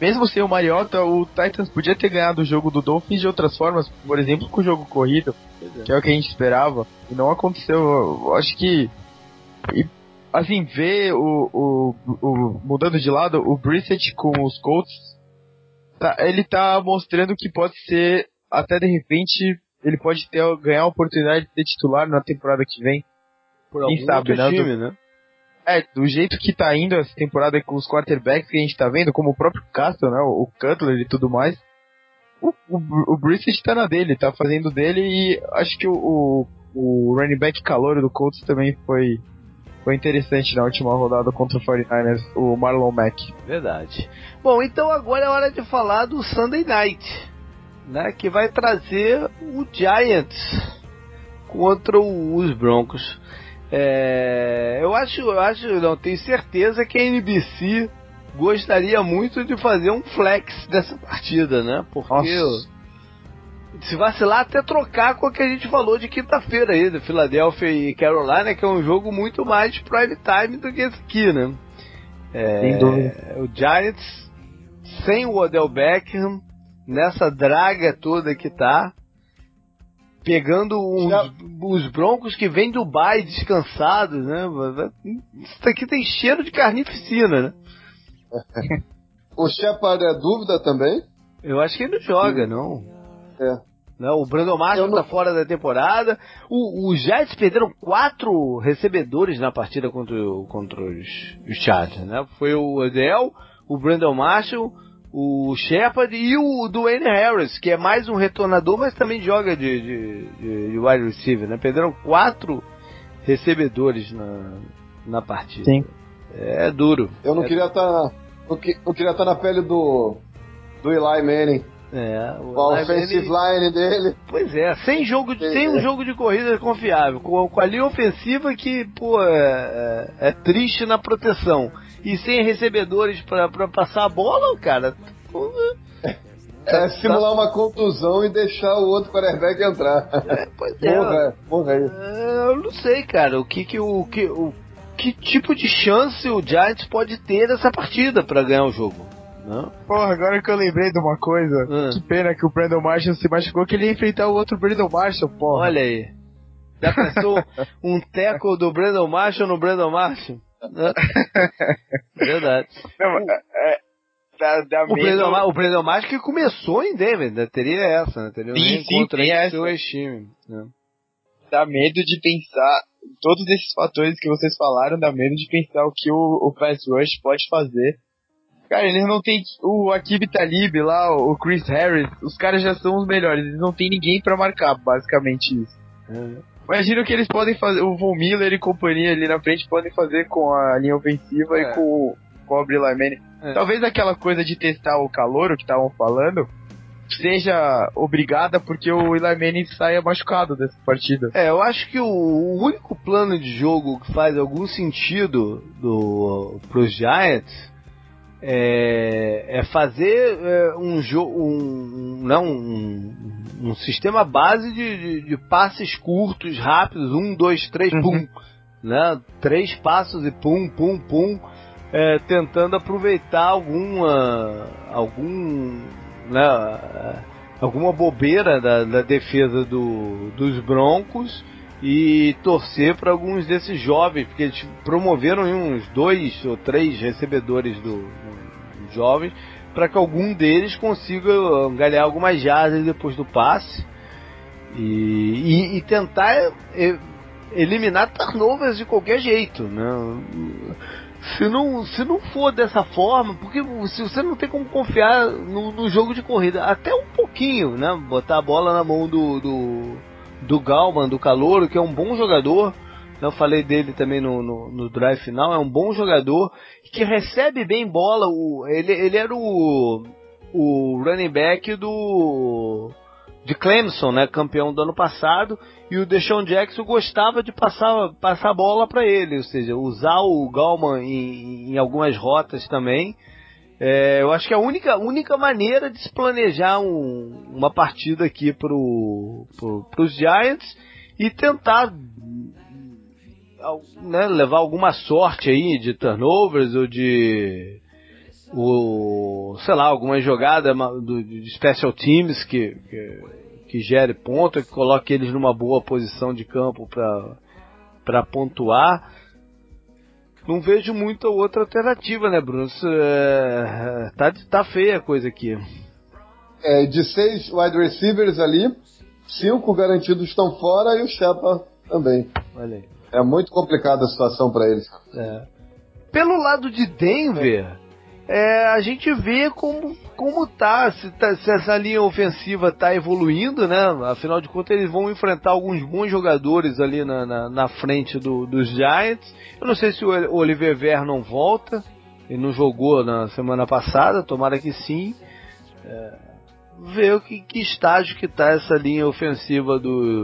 mesmo sem o Mariota, o Titans podia ter ganhado o jogo do Dolphins de outras formas, por exemplo, com o jogo corrido, que é o que a gente esperava, e não aconteceu. Eu acho que, assim, ver mudando de lado, o Brissett com os Colts, ele tá mostrando que pode ser, até de repente, ele pode ganhar a oportunidade de ser titular na temporada que vem. Por quem sabe, né? Time, né? Do jeito que tá indo essa temporada com os quarterbacks que a gente tá vendo, como o próprio Castle, né, o Cutler e tudo mais, o Brissett tá na dele, tá fazendo dele, e acho que o running back calouro do Colts também foi interessante na última rodada contra o 49ers, o Marlon Mack. Verdade. Bom, então agora é hora de falar do Sunday Night, né, que vai trazer o Giants contra os Broncos. Eu acho, não tenho certeza que a NBC gostaria muito de fazer um flex dessa partida, né? Porque se vacilar até trocar com o que a gente falou de quinta-feira aí, do Philadelphia e Carolina, que é um jogo muito mais prime time do que esse aqui, né? Sem dúvida. O Giants sem o Odell Beckham, nessa draga toda que tá, pegando os Broncos que vêm do Dubai descansados, né? Isso aqui tem cheiro de carnificina, né? O Shepard é dúvida também? Eu acho que ele não joga, não. Não, o Brandon Marshall tá fora da temporada. Os Giants perderam 4 recebedores na partida contra os Chargers, né? Foi o Odell, o Brandon Marshall, o Shepard e o Dwayne Harris, que é mais um retornador, mas também joga de wide receiver, né? Perderam 4 recebedores na partida. Sim. É duro. Eu não queria estar na pele do Eli Manning. O offensive line dele. Pois é, sem um jogo de corrida confiável, com a linha ofensiva que, pô, é triste na proteção. E sem recebedores pra passar a bola, cara. Simular uma contusão e deixar o outro quarterback entrar. Pois é. Morra aí. Eu não sei, cara, que tipo de chance o Giants pode ter nessa partida pra ganhar o jogo. Não? Porra, agora que eu lembrei de uma coisa, que pena que o Brandon Marshall se machucou, que ele ia enfrentar o outro Brandon Marshall, porra. Olha aí. Já pensou um tackle do Brandon Marshall no Brandon Marshall? Verdade. Não, o Brandon Marshall que começou em Denver, né? Teria essa, né? Teria um reencontro aí com seu ex-time. Né? Dá medo de pensar, todos esses fatores que vocês falaram, dá medo de pensar o que o Pass Rush pode fazer. Cara, eles não tem o Aqib Talib lá, o Chris Harris, os caras já são os melhores, eles não tem ninguém pra marcar, basicamente isso. Imagina o que eles podem fazer, o Von Miller e companhia ali na frente podem fazer com a linha ofensiva e com o Eli Manning. Talvez aquela coisa de testar o calouro que estavam falando seja obrigada porque o Eli Manning saia machucado dessa partida. Eu acho que o único plano de jogo que faz algum sentido pros Giants é fazer um sistema base de passes curtos, rápidos, 1, 2, 3, pum, né? 3 passos e pum, pum, pum, tentando aproveitar alguma bobeira da defesa dos Broncos e torcer para alguns desses jovens, porque eles promoveram uns 2 ou 3 recebedores jovens, para que algum deles consiga ganhar algumas jardas depois do passe e tentar eliminar turnovers de qualquer jeito, né? Se não for dessa forma, porque se você não tem como confiar no jogo de corrida, até um pouquinho, né? Botar a bola na mão do Gallman, do calouro, que é um bom jogador. Eu falei dele também no drive final, é um bom jogador que recebe bem bola. Ele era o running back de Clemson, né, campeão do ano passado, e o Deshaun Jackson gostava de passar a bola para ele, ou seja, usar o Gallman em algumas rotas também. Eu acho que a única maneira de se planejar uma partida aqui pros Giants e tentar, né, levar alguma sorte aí de turnovers ou de sei lá, alguma jogada de special teams que gere ponto, que coloque eles numa boa posição de campo para pontuar. Não vejo muita outra alternativa, né, Bruno? Tá feia a coisa aqui. De 6 wide receivers ali, 5 garantidos estão fora e o Shepard também. Olha aí. É muito complicada a situação para eles. Pelo lado de Denver, a gente vê como tá, se essa linha ofensiva tá evoluindo, né? Afinal de contas, eles vão enfrentar alguns bons jogadores ali na frente dos Giants. Eu não sei se o Oliver Vernon volta, ele não jogou na semana passada, tomara que sim. Ver que estágio que tá essa linha ofensiva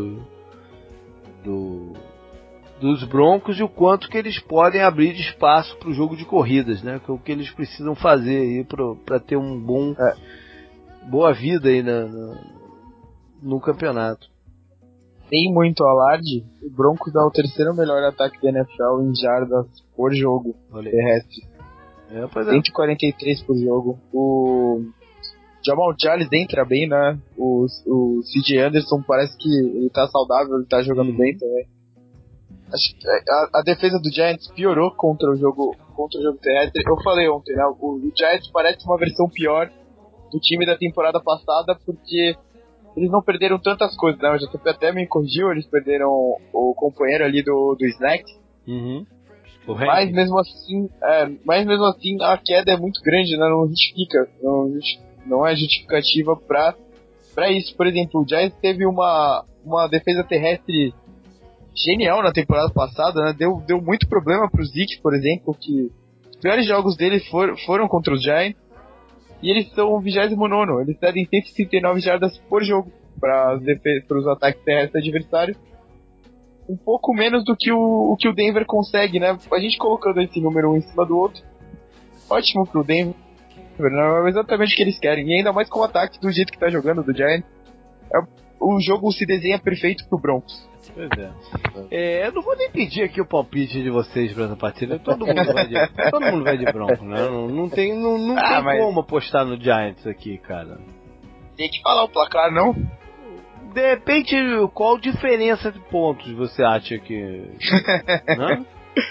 dos Broncos e o quanto que eles podem abrir de espaço para o jogo de corridas, né? Que é o que eles precisam fazer aí para ter boa vida aí no campeonato. Tem muito alarde. O Broncos dá o terceiro melhor ataque da NFL em jardas por jogo terrestre. 143 por jogo. O Jamal Charles entra bem, né? O CJ Anderson parece que ele tá saudável, ele tá jogando bem também. Acho que a defesa do Giants piorou contra o jogo terrestre. Eu falei ontem, né? O Giants parece uma versão pior do time da temporada passada, porque eles não perderam tantas coisas, né? O JP até me corrigiu, eles perderam o companheiro ali do Snack. Mas mesmo assim a queda é muito grande, né? Não justifica. Não é justificativa pra isso. Por exemplo, o Giants teve uma defesa terrestre genial na temporada passada, né? Deu muito problema pro Zeke, por exemplo, que os piores jogos dele foram contra os Giants, e eles são o 29º, eles cedem 139 jardas por jogo para os ataques terrestres adversários, um pouco menos do que o Denver consegue, né? A gente colocando esse número um em cima do outro, ótimo pro Denver, não é exatamente o que eles querem, e ainda mais com o ataque do jeito que tá jogando do Giants, o jogo se desenha perfeito pro Broncos. Pois é. Eu não vou nem pedir aqui o palpite de vocês pra essa partida. Todo mundo vai de Broncos, né? Não tem como apostar no Giants aqui, cara. Tem que falar o placar, não? De repente, qual diferença de pontos você acha que... Não?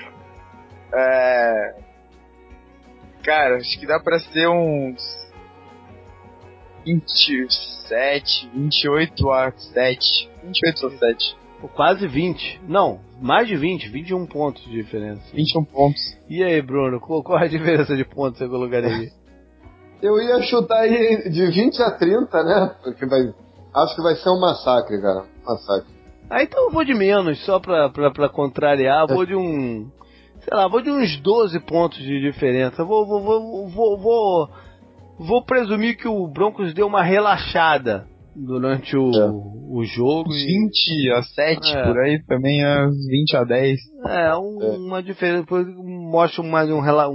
Cara, acho que dá pra ser uns 27, 28 a 7. 28 a 7. Quase 20. Não, mais de 20. 21 pontos de diferença. 21 pontos. E aí, Bruno, qual a diferença de pontos você colocaria aí? Eu ia chutar aí de 20 a 30, né? Porque acho que vai ser um massacre, cara. Massacre. Então eu vou de menos, só pra contrariar. Vou de vou de uns 12 pontos de diferença. Vou presumir que o Broncos deu uma relaxada durante o jogo. 20 a 7, por aí também, 20 a 10. Uma diferença, mostra mais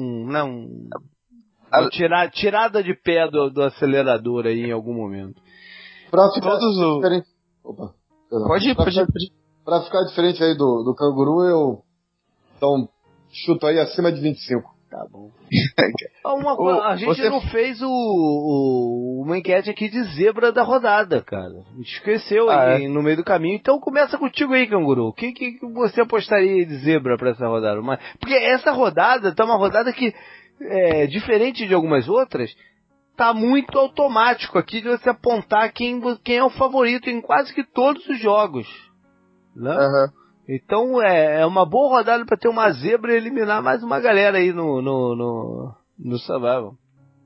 tirada de pé do acelerador aí em algum momento. Pra ficar diferente... Opa, pode. Pra ficar diferente aí do Canguru, eu chuto aí acima de 25. Tá bom. A gente não fez uma enquete aqui de zebra da rodada, cara. A gente esqueceu aí no meio do caminho. Então começa contigo aí, Canguru. O que você apostaria de zebra pra essa rodada? Porque essa rodada tá uma rodada que, diferente de algumas outras, tá muito automático aqui de você apontar quem é o favorito em quase que todos os jogos. Né? Então é uma boa rodada para ter uma zebra e eliminar mais uma galera aí no Survival.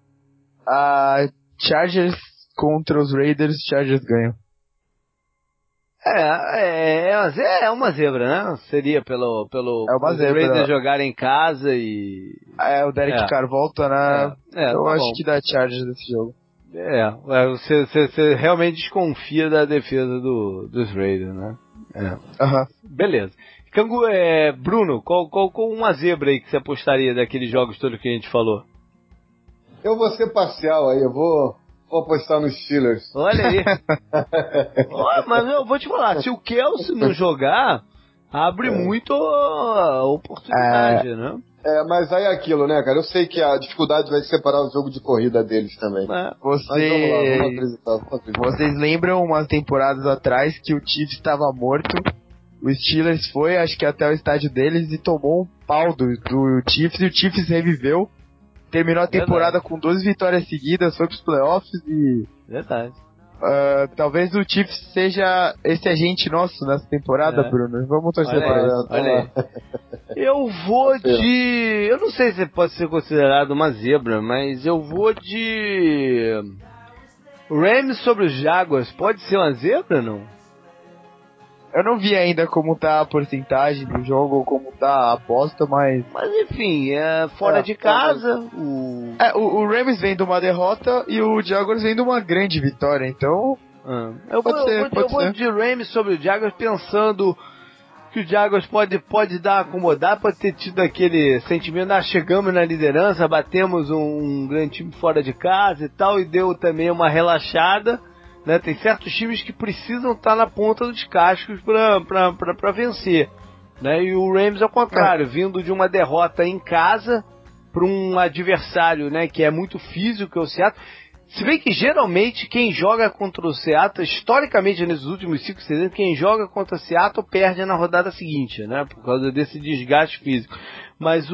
Chargers contra os Raiders, Chargers ganham. É uma zebra, né? Seria pelo os Raiders jogarem em casa e... o Derek Carr volta, né? Eu tá acho bom. que dá Chargers nesse jogo. Você realmente desconfia da defesa dos Raiders, né? Beleza. Bruno, qual uma zebra aí que você apostaria daqueles jogos todos que a gente falou? Eu vou ser parcial aí, eu vou apostar nos Steelers. Olha aí. Mas eu vou te falar, se o Kelce não jogar, abre muito a oportunidade, né? Mas aí é aquilo, né, cara? Eu sei que a dificuldade vai separar o jogo de corrida deles também. Vamos acreditar. Vocês lembram umas temporadas atrás que o Chiefs estava morto? O Steelers foi, acho que até o estádio deles e tomou um pau do Chiefs, e o Chiefs reviveu. Terminou a temporada com 12 vitórias seguidas, foi pros playoffs e... Verdade. Talvez o Chiefs seja esse agente nosso nessa temporada, Bruno. Vamos torcer pra isso. Olha aí. Eu vou de... Eu não sei se pode ser considerado uma zebra, mas eu vou de... Rams sobre os Jaguars. Pode ser uma zebra, não? Eu não vi ainda como tá a porcentagem do jogo ou como tá a aposta, mas... Mas enfim, fora de casa... O Rams vem de uma derrota e o Jaguars vem de uma grande vitória, então... Eu vou de Rams sobre o Jaguars, pensando que o Jaguars pode dar acomodar, pode ter tido aquele sentimento, chegamos na liderança, batemos um grande time fora de casa e tal, e deu também uma relaxada, né? Tem certos times que precisam estar na ponta dos cascos para vencer, né? E o Rams, ao contrário, vindo de uma derrota em casa para um adversário, né, que é muito físico, que é o Seattle. Se bem que geralmente quem joga contra o Seattle, historicamente nesses últimos 5 anos, quem joga contra o Seattle perde na rodada seguinte, né? Por causa desse desgaste físico. Mas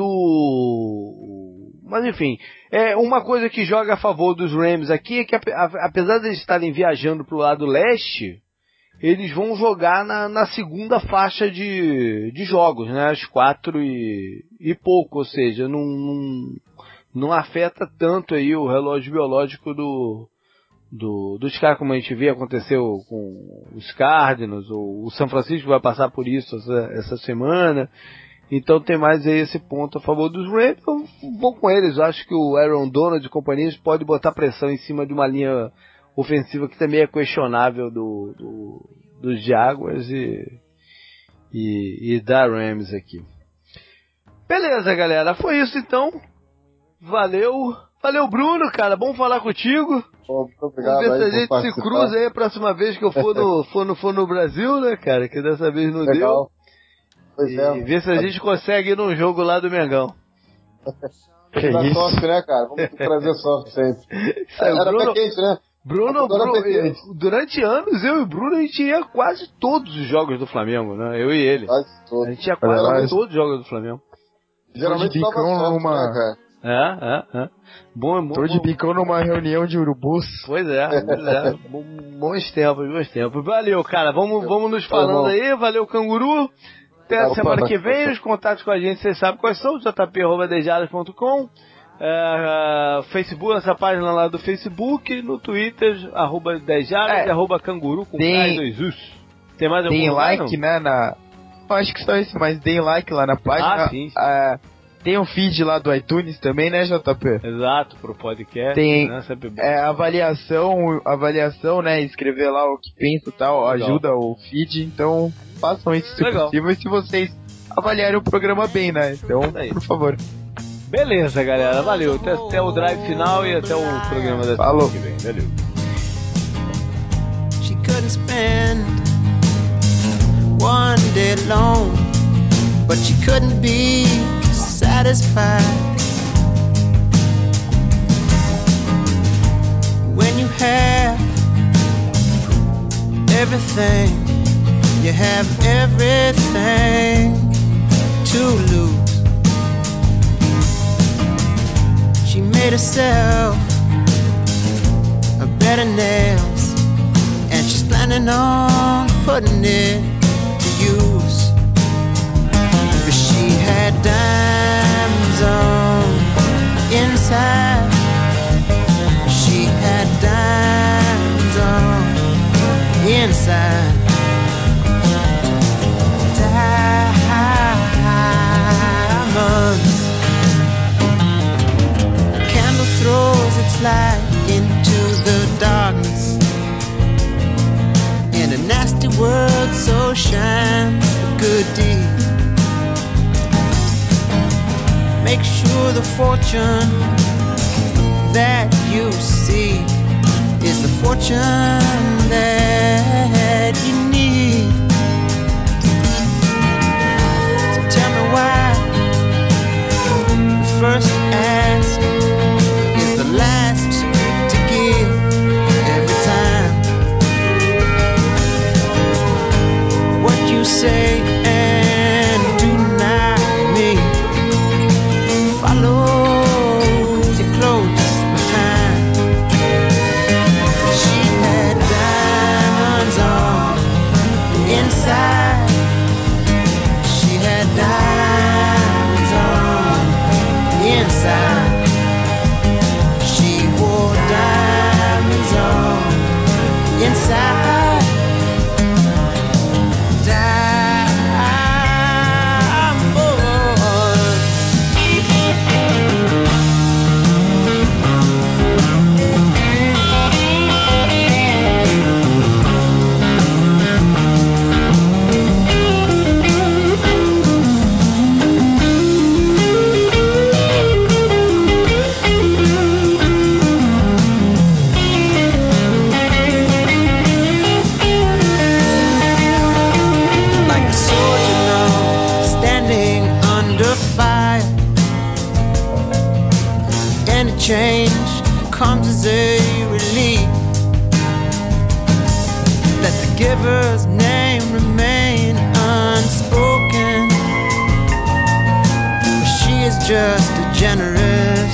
enfim, uma coisa que joga a favor dos Rams aqui é que apesar de eles estarem viajando pro lado leste, eles vão jogar na segunda faixa de jogos, né? Às 4 e pouco, ou seja, não afeta tanto aí o relógio biológico dos caras, como a gente vê, aconteceu com os Cardinals, ou o São Francisco vai passar por isso essa semana. Então tem mais aí esse ponto a favor dos Rams. Eu vou com eles, eu acho que o Aaron Donald e companhia pode botar pressão em cima de uma linha ofensiva que também é questionável dos Jaguars e da Rams aqui. Beleza, galera, foi isso então. Valeu, Bruno, cara, bom falar contigo. Muito obrigado. Vamos ver se a gente se cruza aí a próxima vez que eu for no Brasil, né, cara, que dessa vez não deu. Pois e ver se a gente consegue ir num jogo lá do Mengão. Que dá sorte, né, cara? Vamos trazer sorte sempre. Era Bruno, pé quente, né? Bruno, durante anos eu e o Bruno a gente ia quase todos os jogos do Flamengo, né? Eu e ele. Quase todos. A gente ia quase todos os jogos do Flamengo. Geralmente tava sorte, né, cara? Bom, tô de bicão numa reunião de urubus. Pois é. Bons tempos. Valeu, cara. Vamos nos falando aí. Valeu, Canguru. Até a semana que vem. Os contatos com a gente, vocês sabem quais são. jp@dejadas.com. Facebook, essa página lá do Facebook. No Twitter, @dejadas e @canguru com K2us. Tem mais algum lugar, like, né? Acho que só isso, mas deem like lá na página. Sim. Tem um feed lá do iTunes também, né, JP? Exato, pro podcast. Tem né, avaliação, né, escrever lá o que pensa e tal, legal. Ajuda o feed, então façam isso se possível, e se vocês avaliarem o programa bem, né, então, por favor. Beleza, galera, valeu, até o drive final e até o programa da semana que vem, valeu. She couldn't spend one day alone, but she couldn't be satisfied when you have everything, you have everything to lose. She made herself a bed of nails, and she's planning on putting it to use. But she had diamonds on inside. She had diamonds on inside. Diamonds. A candle throws its light into the darkness. In a nasty world, so shines the good deed. Make sure the fortune that you see is the fortune that you need. So tell me why you say and do not mean. Follows you close behind. She had diamonds on the inside. She had diamonds on the inside. She wore diamonds on the inside. Change comes as a relief. Let the giver's name remain unspoken. She is just a generous